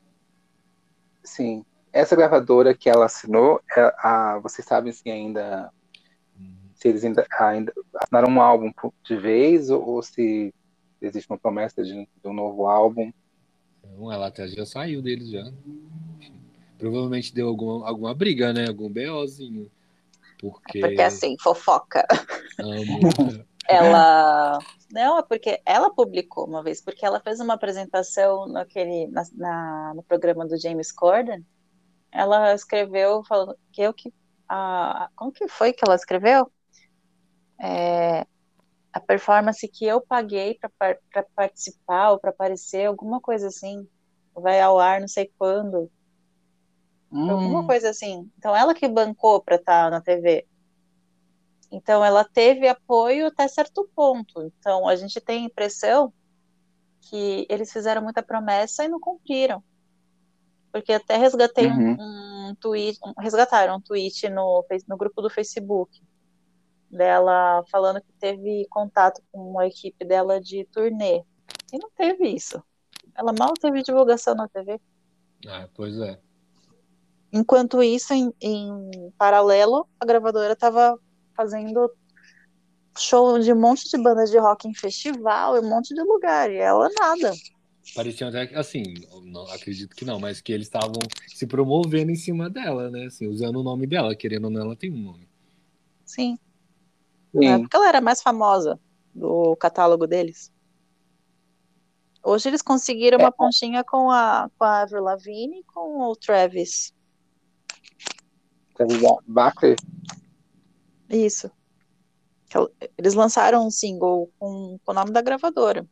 sim, essa gravadora que ela assinou, vocês sabem se eles ainda assinaram um álbum de vez ou se existe uma promessa de um novo álbum. Então, ela até já saiu deles já. Provavelmente deu alguma briga, né? Algum BOzinho. Porque Porque assim, fofoca. amo. Ela. Não, é porque ela publicou uma vez, porque ela fez uma apresentação no programa do James Corden. Ela escreveu falando que eu que. Como que foi que ela escreveu? É, a performance que eu paguei para participar ou para aparecer, alguma coisa assim. Vai ao ar não sei quando. Foi alguma Hum, coisa assim. Então, ela que bancou para estar na TV. Então, ela teve apoio até certo ponto. Então, a gente tem a impressão que eles fizeram muita promessa e não cumpriram. Porque até resgatei uhum. um tweet, resgataram um tweet no grupo do Facebook dela falando que teve contato com a equipe dela de turnê. E não teve isso. Ela mal teve divulgação na TV. Ah, pois é. Enquanto isso, em paralelo, a gravadora estava fazendo show de um monte de bandas de rock em festival, em um monte de lugar, e ela nada. Parecia até que, assim, não, acredito que não, mas que eles estavam se promovendo em cima dela, né? Assim, usando o nome dela, querendo ou não, ela tem um nome. Sim, na Sim. época ela era mais famosa do catálogo deles. Hoje eles conseguiram É, uma pontinha com a Avril Lavigne e com o Travis. Travis Barker. Isso. Eles lançaram um single com o nome da gravadora.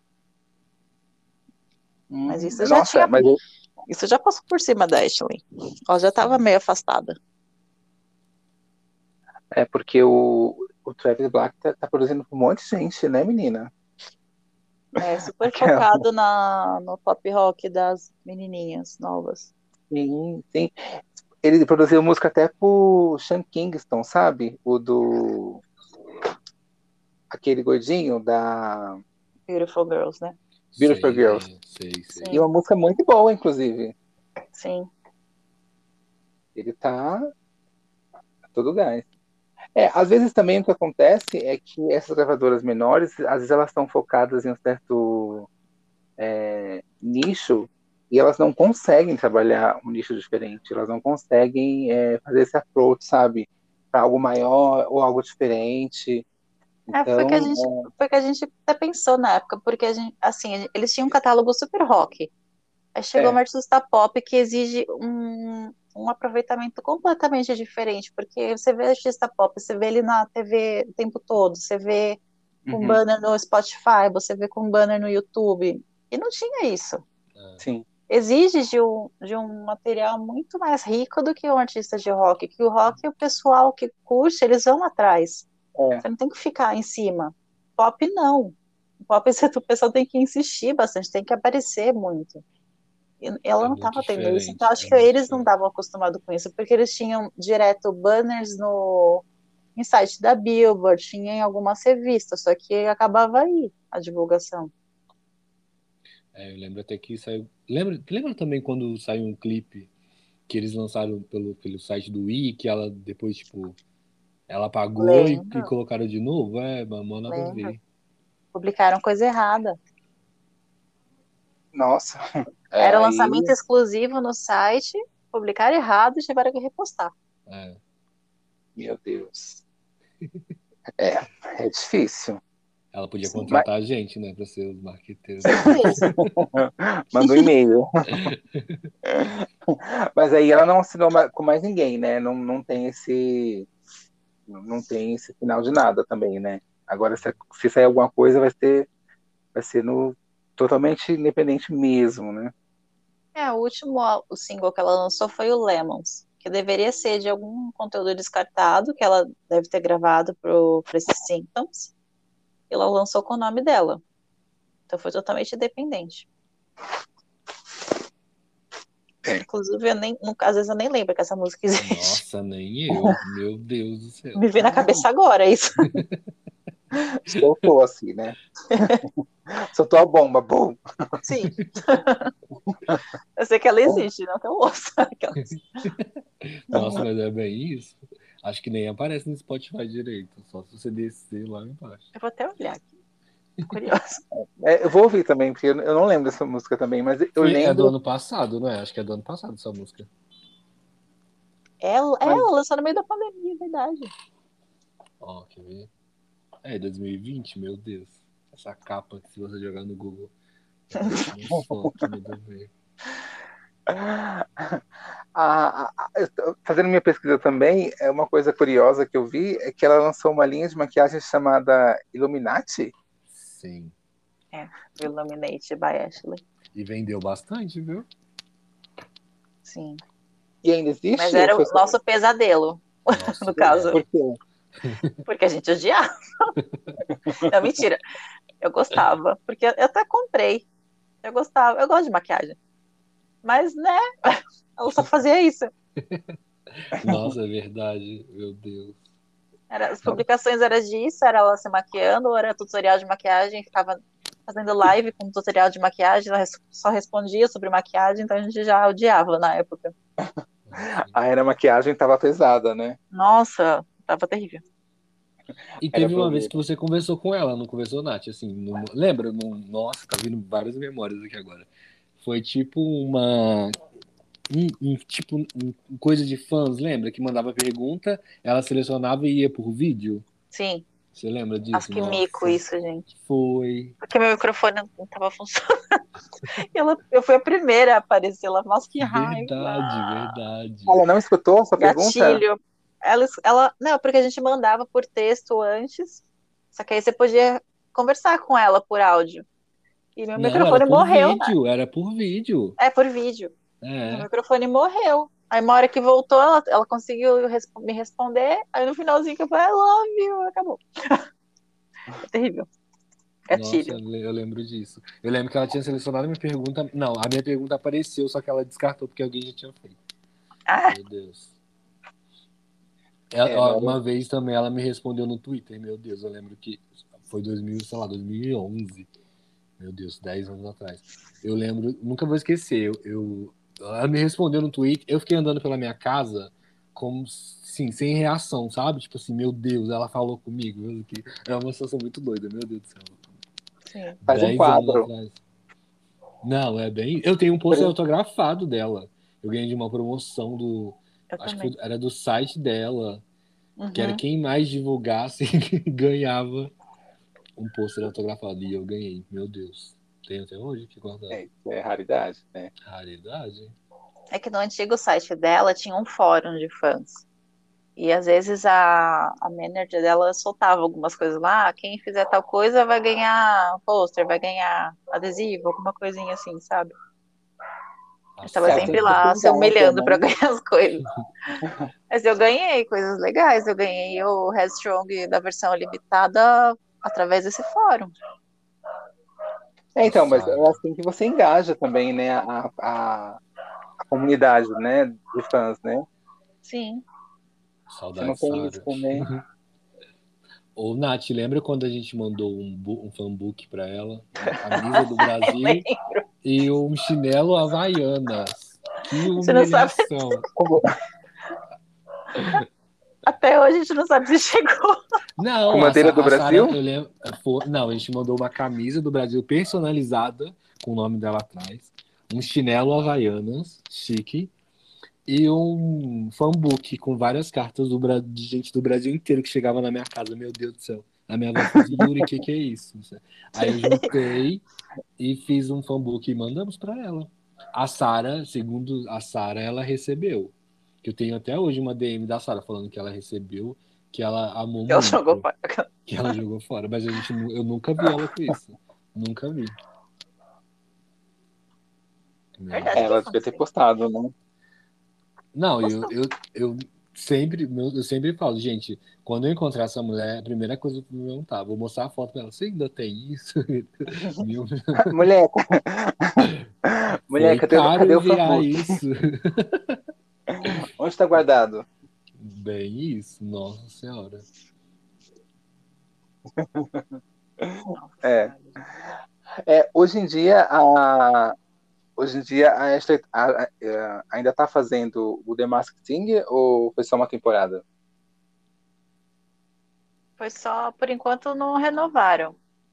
Mas Nossa, mas isso já passou por cima da Ashley. Ela já estava Sim. meio afastada. é porque o Travis Black tá produzindo pra um monte de gente, né, menina? É super Aquela, focado no pop rock das menininhas novas. sim, sim. Ele produziu música até pro Sean Kingston, sabe? Aquele gordinho da Beautiful Girls, né? Beautiful Girls. Sei, sei, sei. E uma Sim, música muito boa, inclusive. sim. Ele tá a todo gás. Às vezes também o que acontece é que essas gravadoras menores, às vezes elas estão focadas em um certo nicho e elas não conseguem trabalhar um nicho diferente, elas não conseguem fazer esse approach, sabe, para algo maior ou algo diferente. É, foi que a Então, gente, foi que a gente até pensou na época, porque a gente, assim, eles tinham um catálogo super rock. Aí chegou uma é, artista pop que exige um aproveitamento completamente diferente, porque você vê artista pop, você vê ele na TV o tempo todo, você vê com Uhum. banner no Spotify, você vê com banner no YouTube, e não tinha isso. Sim. Exige de um material muito mais rico do que um artista de rock, que o rock, o pessoal que curte, eles vão atrás. É. Você não tem que ficar em cima. Pop, não. Pop, o pessoal tem que insistir bastante, tem que aparecer muito. E ela É não muito estava tendo isso, então diferente. acho É que muito eles não diferente. estavam acostumados com isso, porque eles tinham direto banners no em site da Billboard, tinha em algumas revistas, só que acabava aí a divulgação. Eu lembro até que saiu. Lembra também quando saiu um clipe que eles lançaram pelo site do Wii, que ela depois, tipo, ela apagou e Lembro, colocaram de novo? Mano, nada a lembro. ver. Publicaram coisa errada. Nossa. Era Aí, lançamento exclusivo no site, publicaram errado e tiveram que repostar. É. meu Deus. É, é difícil. Ela podia Mas, contratar a gente, né, pra ser os marqueteiros dela. Certeza. manda um e-mail. Mas aí ela não assinou com mais ninguém, né? Não tem esse final de nada também, né? Agora, se sair alguma coisa, vai ser no totalmente independente mesmo, né? O último o single que ela lançou foi o Lemons, que deveria ser de algum conteúdo descartado que ela deve ter gravado para esses Symptoms. E ela lançou com o nome dela. Então foi totalmente independente. É. Inclusive, às vezes eu nem lembro que essa música existe. Nossa, nem eu. Meu Deus do céu. Me veio na cabeça agora isso. Soltou assim, né? Soltou a bomba, bum! Sim. Eu sei que ela existe, não que eu ouça. Nossa, mas é bem isso. Acho que nem aparece no Spotify direito. Só se você descer lá embaixo. Eu vou até olhar aqui. Tô curiosa. Eu vou ouvir também, porque eu não lembro dessa música também, mas eu É do lembro. ano passado, não é? Acho que é do ano passado essa música. Mas, Ela lançou no meio da pandemia, é verdade. Ó, quer ver? 2020, meu Deus. Essa capa que se você jogar no Google, umas fotos, nada a ver. fazendo minha pesquisa também, é uma coisa curiosa que eu vi é que ela lançou uma linha de maquiagem chamada Illuminati. Sim. Illuminate by Ashley. E vendeu bastante, viu? Sim. E ainda Mas existe? Ou era foi o só... nosso pesadelo, Nossa, no caso. Por quê? Porque a gente odiava. Não, mentira. Eu gostava. Porque eu até comprei. Eu gostava. Eu gosto de maquiagem. Mas, né? Ela só fazia isso. Nossa, é verdade. Meu Deus. As publicações eram disso, era ela se maquiando, ou era tutorial de maquiagem, ficava fazendo live com tutorial de maquiagem, ela só respondia sobre maquiagem, então a gente já odiava na época. Nossa. Era maquiagem tava pesada, né? Nossa, tava terrível. E Era teve uma vez que você conversou com ela, não conversou, Nath? Assim, lembra? Nossa, tá vindo várias memórias aqui agora. Foi tipo uma. Tipo, coisa de fãs, lembra? Que mandava pergunta, ela selecionava e ia por vídeo. Sim, Você lembra acho disso? que mico Nossa, isso, gente. foi. Porque meu microfone não tava funcionando. Eu fui a primeira a aparecer lá. Nossa, que raiva. Verdade, verdade. Ela não escutou a sua pergunta? Gatilho. Não, porque a gente mandava por texto antes, só que aí você podia conversar com ela por áudio. E meu Não, era microfone por morreu, né? vídeo, era por vídeo. É, por vídeo. Meu É. microfone morreu. Aí uma hora que voltou, ela conseguiu me responder. Aí no finalzinho que eu falei, I love you, acabou. É terrível. Nossa, Gatilho. eu lembro disso. Eu lembro que ela tinha selecionado a minha pergunta. Não, a minha pergunta apareceu, só que ela descartou porque alguém já tinha feito. Ah, Meu Deus. Não, Uma vez também ela me respondeu no Twitter, meu Deus, eu lembro que foi 2000, sei lá, 2011. Meu Deus, 10 anos atrás. Eu lembro, nunca vou esquecer, ela me respondeu no Twitter, eu fiquei andando pela minha casa como, assim, sem reação, sabe? Tipo assim, meu Deus, ela falou comigo. Que é uma situação muito doida, meu Deus do céu. sim. faz um 10 anos quadro. atrás. Não, é bem. Eu tenho um pôster autografado dela. Eu ganhei de uma promoção do. Eu Acho também. que era do site dela. Que era Uhum. quem mais divulgasse ganhava um pôster autografado. E eu ganhei, meu Deus. Tenho até hoje que guardado. Isso é raridade, né? Raridade. É que no antigo site dela tinha um fórum de fãs. E às vezes a manager dela soltava algumas coisas lá. Quem fizer tal coisa vai ganhar pôster, vai ganhar adesivo, alguma coisinha assim, sabe? Eu A estava Tem sempre que ver Sara. lá quem se engaja, humilhando para né? ganhar as coisas. Mas eu ganhei coisas legais. Eu ganhei o Headstrong da versão limitada através desse fórum. A Então, mas é Sara. assim que você engaja também, né? A comunidade, né? De fãs, né? Sim. Se não Saudade, tem isso Sara. também. Ô, Nath, lembra quando a gente mandou um fanbook pra ela? Uma camisa do Eu Brasil lembro. e um chinelo Havaianas. Que Você não sabe. humilhação. Com, Até hoje a gente não sabe se chegou. com Não, bandeira do A Sara, Brasil? eu lembro. Não, a gente mandou uma camisa do Brasil personalizada, com o nome dela atrás, um chinelo Havaianas, chique, e um fanbook com várias cartas de gente do Brasil inteiro que chegava na minha casa. Meu Deus do céu. A minha avó falou assim, Yuri, o que é isso? Aí eu juntei e fiz um fanbook e mandamos para ela. A Sara, segundo a Sara, ela recebeu. Que eu tenho até hoje uma DM da Sara falando que ela recebeu, que ela amou Ela jogou muito, fora. que ela jogou fora. Mas eu nunca vi ela com isso. Nunca vi. Meu Verdade, o que Ela devia ter aconteceu? postado, né? Não, Postou. eu sempre falo, gente, quando eu encontrar essa mulher, a primeira coisa que eu vou perguntar, vou mostrar a foto pra ela. Você ainda tem isso? Mil- Mulher, mulher, Foi caro cadê o enviar fanbook? isso. Onde está guardado? Bem isso, nossa senhora. Nossa É, senhora. hoje em dia a Ashley ainda está fazendo o The Masked Singer ou foi só uma temporada? Foi só, por enquanto, não renovaram.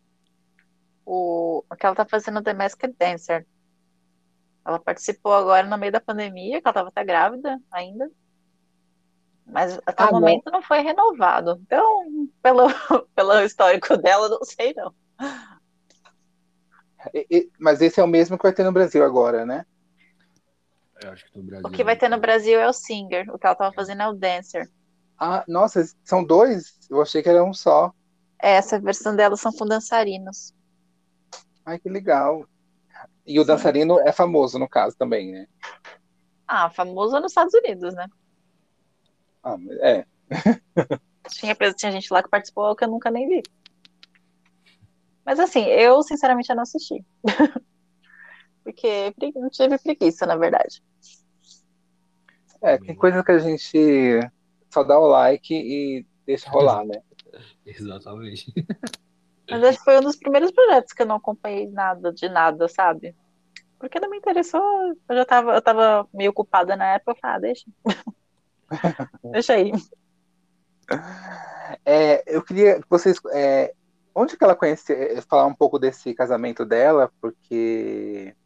O que ela tá fazendo The Masked Dancer. Ela participou agora no meio da pandemia, que ela estava até grávida ainda, mas até o Ah, não. momento não foi renovado. Então, pelo histórico dela, não sei não. Mas esse é o mesmo que vai ter no Brasil agora, né? Eu acho que no O Brasil que vai ter no Brasil é o Singer, o que ela estava fazendo é o Dancer. Ah, nossa, são dois? Eu achei que era um só. Essa versão dela são com dançarinos. Ai, que legal. E o Sim. dançarino é famoso no caso também, né? Ah, famoso nos Estados Unidos, né? Ah, é. Tinha gente lá que participou que eu nunca nem vi. Mas assim, eu sinceramente eu não assisti. Porque não tive preguiça, na verdade. É, tem coisas que a gente só dá o like e deixa rolar, né? exatamente. Mas esse foi um dos primeiros projetos que eu não acompanhei nada de nada, sabe? Porque não me interessou. Eu tava meio ocupada na época, eu falei, deixa aí. Eu queria que vocês. Onde que ela conheceu? Falar um pouco desse casamento dela, porque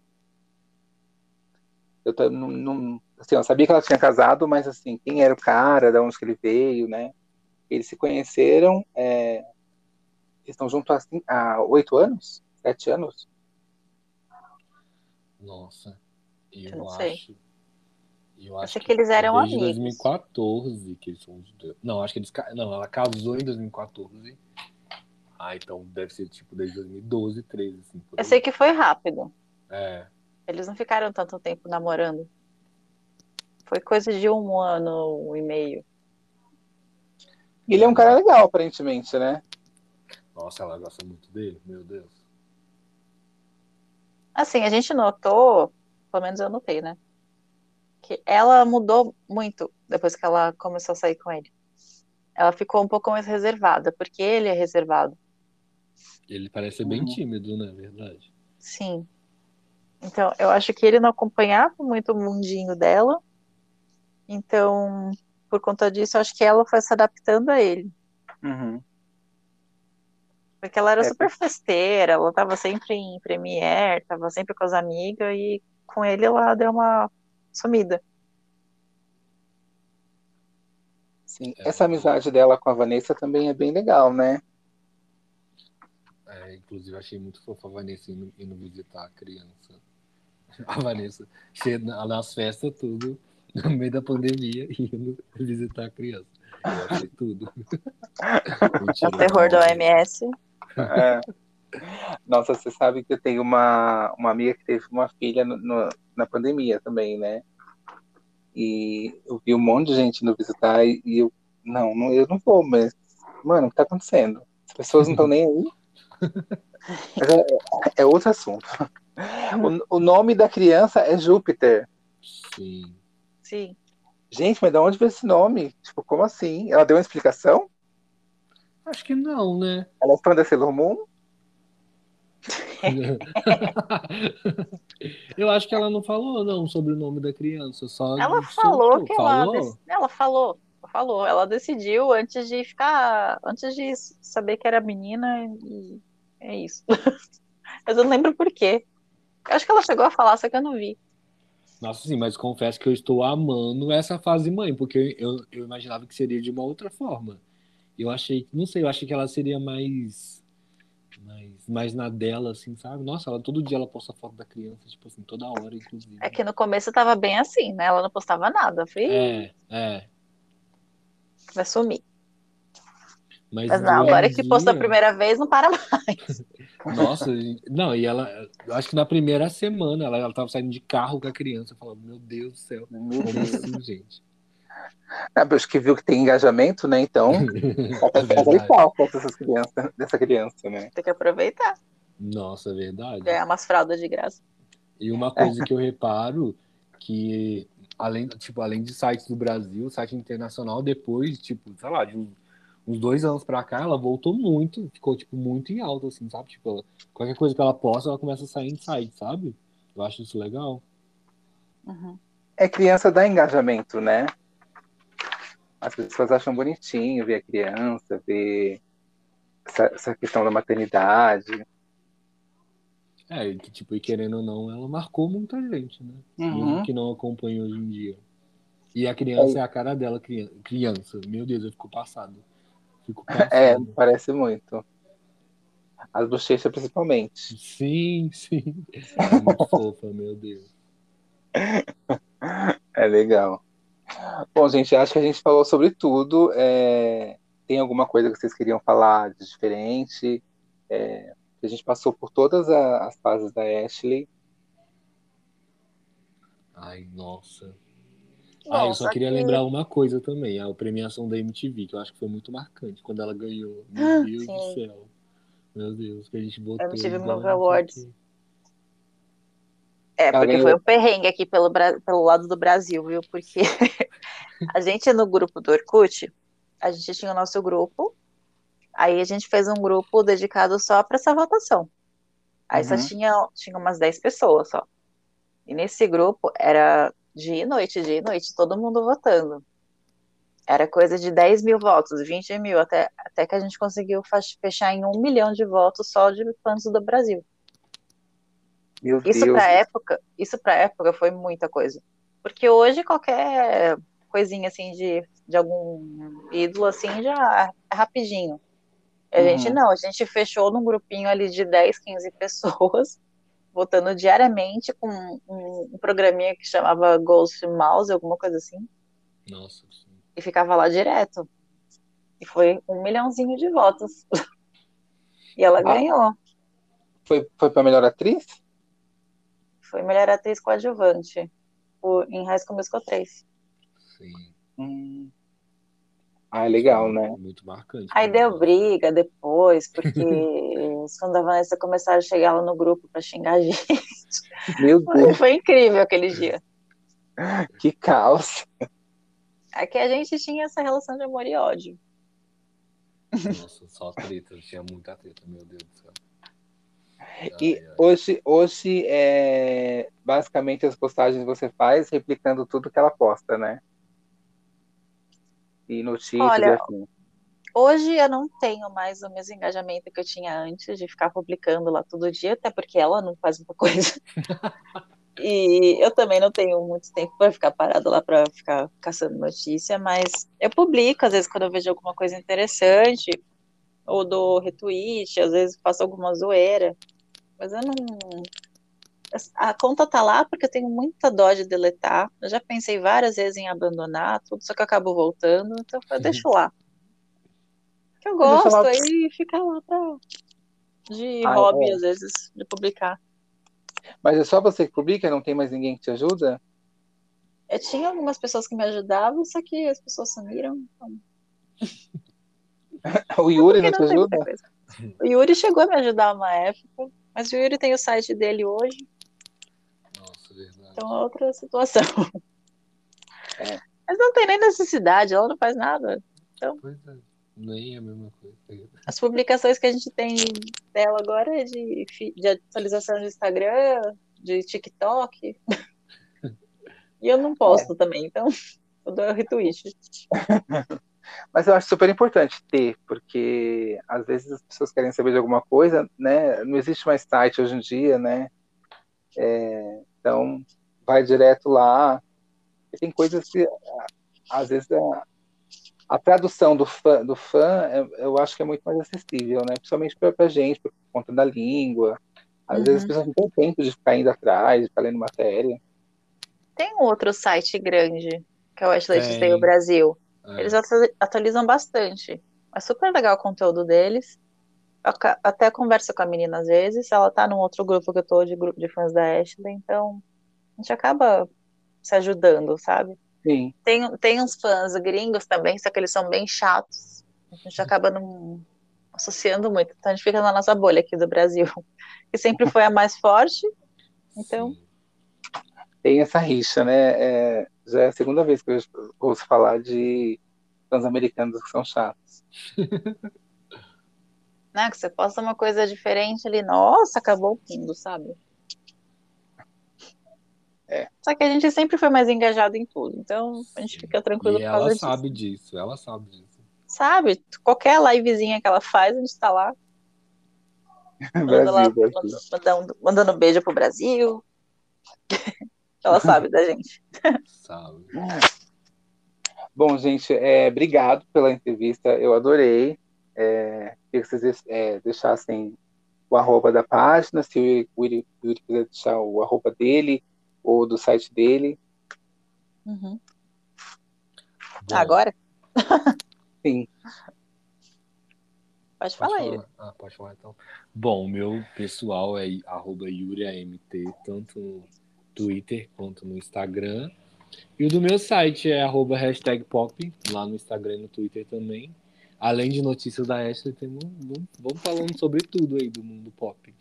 assim, eu sabia que ela tinha casado, mas assim, quem era o cara, de onde que ele veio, né? Eles se conheceram, eles estão juntos há 8 anos? 7 anos? Nossa, Eu não eu sei. acho. Eu Eu acho sei que que eles é eram desde amigos. 2014 que eles são. Não, acho que eles. Não, ela casou em 2014. Ah, então deve ser tipo desde 2012, 13, assim, por Eu aí. sei que foi rápido. É, Eles não ficaram tanto tempo namorando. Foi coisa de 1 ano e meio. E ele é um cara mas. legal, aparentemente, né? Nossa, ela gosta muito dele, meu Deus. Assim, a gente notou, pelo menos eu notei, né? Que ela mudou muito depois que ela começou a sair com ele. Ela ficou um pouco mais reservada, porque ele é reservado. Ele parece ser bem Uhum. tímido, né? Verdade. Sim. Então, eu acho que ele não acompanhava muito o mundinho dela. Então, por conta disso, eu acho que ela foi se adaptando a ele. Uhum. Porque ela era É, super festeira, ela tava sempre em premiere, tava sempre com as amigas, e com ele ela deu uma sumida. sim. É Essa verdade. amizade dela com a Vanessa também é bem legal, né? É, inclusive, achei muito fofa a Vanessa indo visitar a criança. A Vanessa, nas festas, tudo, no meio da pandemia, indo visitar a criança. Eu achei tudo. É o Mentira, terror da não. OMS. É. Nossa, você sabe que eu tenho uma amiga que teve uma filha na pandemia também, né? E eu vi um monte de gente indo visitar e eu, eu não vou, mas, mano, o que tá acontecendo? As pessoas não estão nem aí. Mas é outro assunto. O nome da criança é Júpiter. Sim. Sim. Gente, mas de onde veio esse nome? Tipo, como assim? Ela deu uma explicação? Acho que não, né? Ela é fã da Sailor Moon? Eu acho que ela não falou, não, sobre o nome da criança, só Ela falou soltou. que Falou? ela falou, ela decidiu antes de saber que era menina e é isso. Mas eu não lembro por quê. Eu acho que ela chegou a falar, só que eu não vi. Nossa, sim, mas confesso que eu estou amando essa fase mãe, porque eu imaginava que seria de uma outra forma. Eu achei, não sei, eu achei que ela seria mais na dela, assim, sabe? Nossa, todo dia ela posta foto da criança, tipo assim, toda hora, inclusive. É que no começo tava bem assim, né? Ela não postava nada. Eu falei, É. vai sumir. Mas Mas não, hoje em agora que postou a dia, primeira vez, não para mais. nossa, não, e ela, eu acho que na primeira semana ela tava saindo de carro com a criança, falando, meu Deus do céu, Meu como Deus. assim, gente? Acho que viu que tem engajamento, né? Então, tá É fazendo fazer verdade. pau com dessa criança, né? Tem que aproveitar, Nossa, é verdade. ganhar umas fraldas de graça. E uma coisa que eu reparo que além de sites do Brasil, site internacional, depois, tipo, sei lá, de uns 2 anos pra cá, ela voltou muito, ficou, tipo, muito em alta, assim, sabe? Tipo, qualquer coisa que ela posta, ela começa a sair em site, sabe? Eu acho isso legal. Uhum. É criança dá engajamento, né? As pessoas acham bonitinho ver a criança, ver essa questão da maternidade. Que, tipo, e querendo ou não, ela marcou muita gente, né? Mesmo Uhum. que não acompanhe hoje em dia. E a criança É, é a cara dela, criança. Meu Deus, eu fico passado. Fico é, passado. parece muito. As bochechas, principalmente. Sim, sim. É Sim. muito fofa, meu Deus. É legal. Bom, gente, acho que a gente falou sobre tudo. Tem alguma coisa que vocês queriam falar de diferente? A gente passou por todas as fases da Ashley. Ai, nossa. Eu Bom, só só queria que lembrar uma coisa também, a premiação da MTV, que eu acho que foi muito marcante, quando ela ganhou. Meu Deus do sim, céu. Meu Deus, que a gente botou MTV igual, Movie não sei o Awards. quê. É, Ela porque foi ganhou. um perrengue aqui pelo lado do Brasil, viu? Porque a gente no grupo do Orkut, a gente tinha o nosso grupo, aí a gente fez um grupo dedicado só para essa votação. Aí só Uhum. tinha umas 10 pessoas só. E nesse grupo era dia e noite, todo mundo votando. Era coisa de 10 mil votos, 20 mil, até que a gente conseguiu fechar em 1 milhão de votos só de fãs do Brasil. Meu Deus. Isso para época foi muita coisa. Porque hoje qualquer coisinha assim de algum ídolo assim já é rapidinho. A gente Uhum. não, a gente fechou num grupinho ali de 10, 15 pessoas, votando diariamente com um programinha que chamava Ghost Mouse, alguma coisa assim, Nossa, sim. e ficava lá direto. E foi 1 milhãozinho de votos. E ela Ah, ganhou. foi para melhor atriz? Foi melhor atriz coadjuvante em High School Musical 3. Sim. Hum. Ah, é Isso foi legal, muito, né? muito marcante Aí também, deu nossa. briga depois, porque os fãs da Vanessa começaram a chegar lá no grupo pra xingar a gente. Meu Deus, Foi incrível aquele dia. que caos. Aqui a gente tinha essa relação de amor e ódio. Nossa, só treta, tinha muita treta, meu Deus do céu. E Ai, ai. hoje basicamente as postagens você faz replicando tudo que ela posta, né? E notícias e Olha, assim. hoje eu não tenho mais o mesmo engajamento que eu tinha antes de ficar publicando lá todo dia, até porque ela não faz muita coisa. E eu também não tenho muito tempo para ficar parada lá para ficar caçando notícia, mas eu publico, às vezes, quando eu vejo alguma coisa interessante, ou dou retweet, às vezes faço alguma zoeira, mas eu não. A conta tá lá porque eu tenho muita dó de deletar. Eu já pensei várias vezes em abandonar tudo, só que eu acabo voltando, então eu deixo lá. Que eu Mas deixa lá. gosto, aí fica lá de Ah, hobby, às vezes, de publicar. Mas é só você que publica, não tem mais ninguém que te ajuda? Eu tinha algumas pessoas que me ajudavam, só que as pessoas sumiram. Então... O É Yuri porque não te não tem muita ajuda? coisa. O Yuri chegou a me ajudar uma época, mas o Yuri tem o site dele hoje, Nossa, verdade. então é outra situação. É. Mas não tem nem necessidade, ela não faz nada. Então, Pois é, nem é a mesma coisa. as publicações que a gente tem dela agora é de atualização de Instagram, de TikTok. E eu não posto também, então eu dou retweet. Mas eu acho super importante ter, porque às vezes as pessoas querem saber de alguma coisa, né? Não existe mais site hoje em dia, né? Então, vai direto lá. E tem coisas que, às vezes, a tradução do fã eu acho que é muito mais acessível, né? Principalmente para gente, por conta da língua. Às vezes as Uhum. pessoas não têm tempo de ficar indo atrás, de ficar lendo matéria. Tem um outro site grande, que é o Ashley Tisdale Tem. Brasil. Eles É. atualizam bastante. É super legal o conteúdo deles. Eu até converso com a menina às vezes. Ela tá num outro grupo que eu tô, de grupo de fãs da Ashley. Então, a gente acaba se ajudando, sabe? Sim. Tem uns fãs gringos também, só que eles são bem chatos. A gente acaba não associando muito. Então, a gente fica na nossa bolha aqui do Brasil, que sempre foi a mais forte. Então, Sim. Tem essa rixa, né? Já é a segunda vez que eu ouço falar de fãs americanos que são chatos. né, que você posta uma coisa diferente ali, nossa, acabou o mundo, sabe? É. Só que a gente sempre foi mais engajado em tudo, então a gente Sim. fica E tranquilo por ela causa disso. sabe disso, ela sabe disso. Sabe? Qualquer livezinha que ela faz, a gente tá lá Brasil, Brasil. mandando beijo pro Brasil. Ela sabe da gente. Sabe? Bom, gente, obrigado pela entrevista, eu adorei. Queria que vocês deixassem o arroba da página, se o Yuri quiser deixar o arroba dele ou do site dele. Uhum. Bom, Agora? Sim. Pode pode falar, Yuri. falar. Ah, pode falar então. Bom, o meu pessoal é @yuriamt, tanto no Twitter quanto no Instagram. E o do meu site é @pop, lá no Instagram e no Twitter também. Além de notícias da Ashley, vamos falando sobre tudo aí do mundo pop.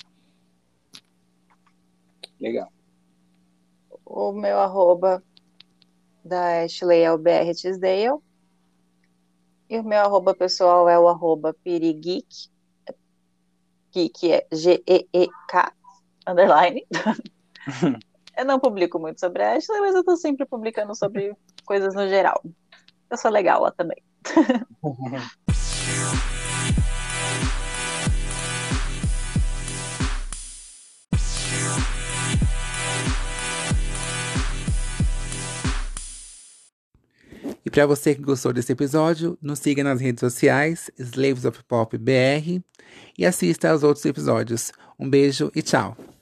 Legal. O meu arroba da Ashley é o BR Tisdale. E o meu arroba pessoal é o arroba piriguique. Geek é GEEK, underline. Eu não publico muito sobre a Ashley, mas eu tô sempre publicando sobre coisas no geral. Eu sou legal lá também. E para você que gostou desse episódio, nos siga nas redes sociais, Slaves of Pop BR, e assista aos outros episódios. Um beijo e tchau!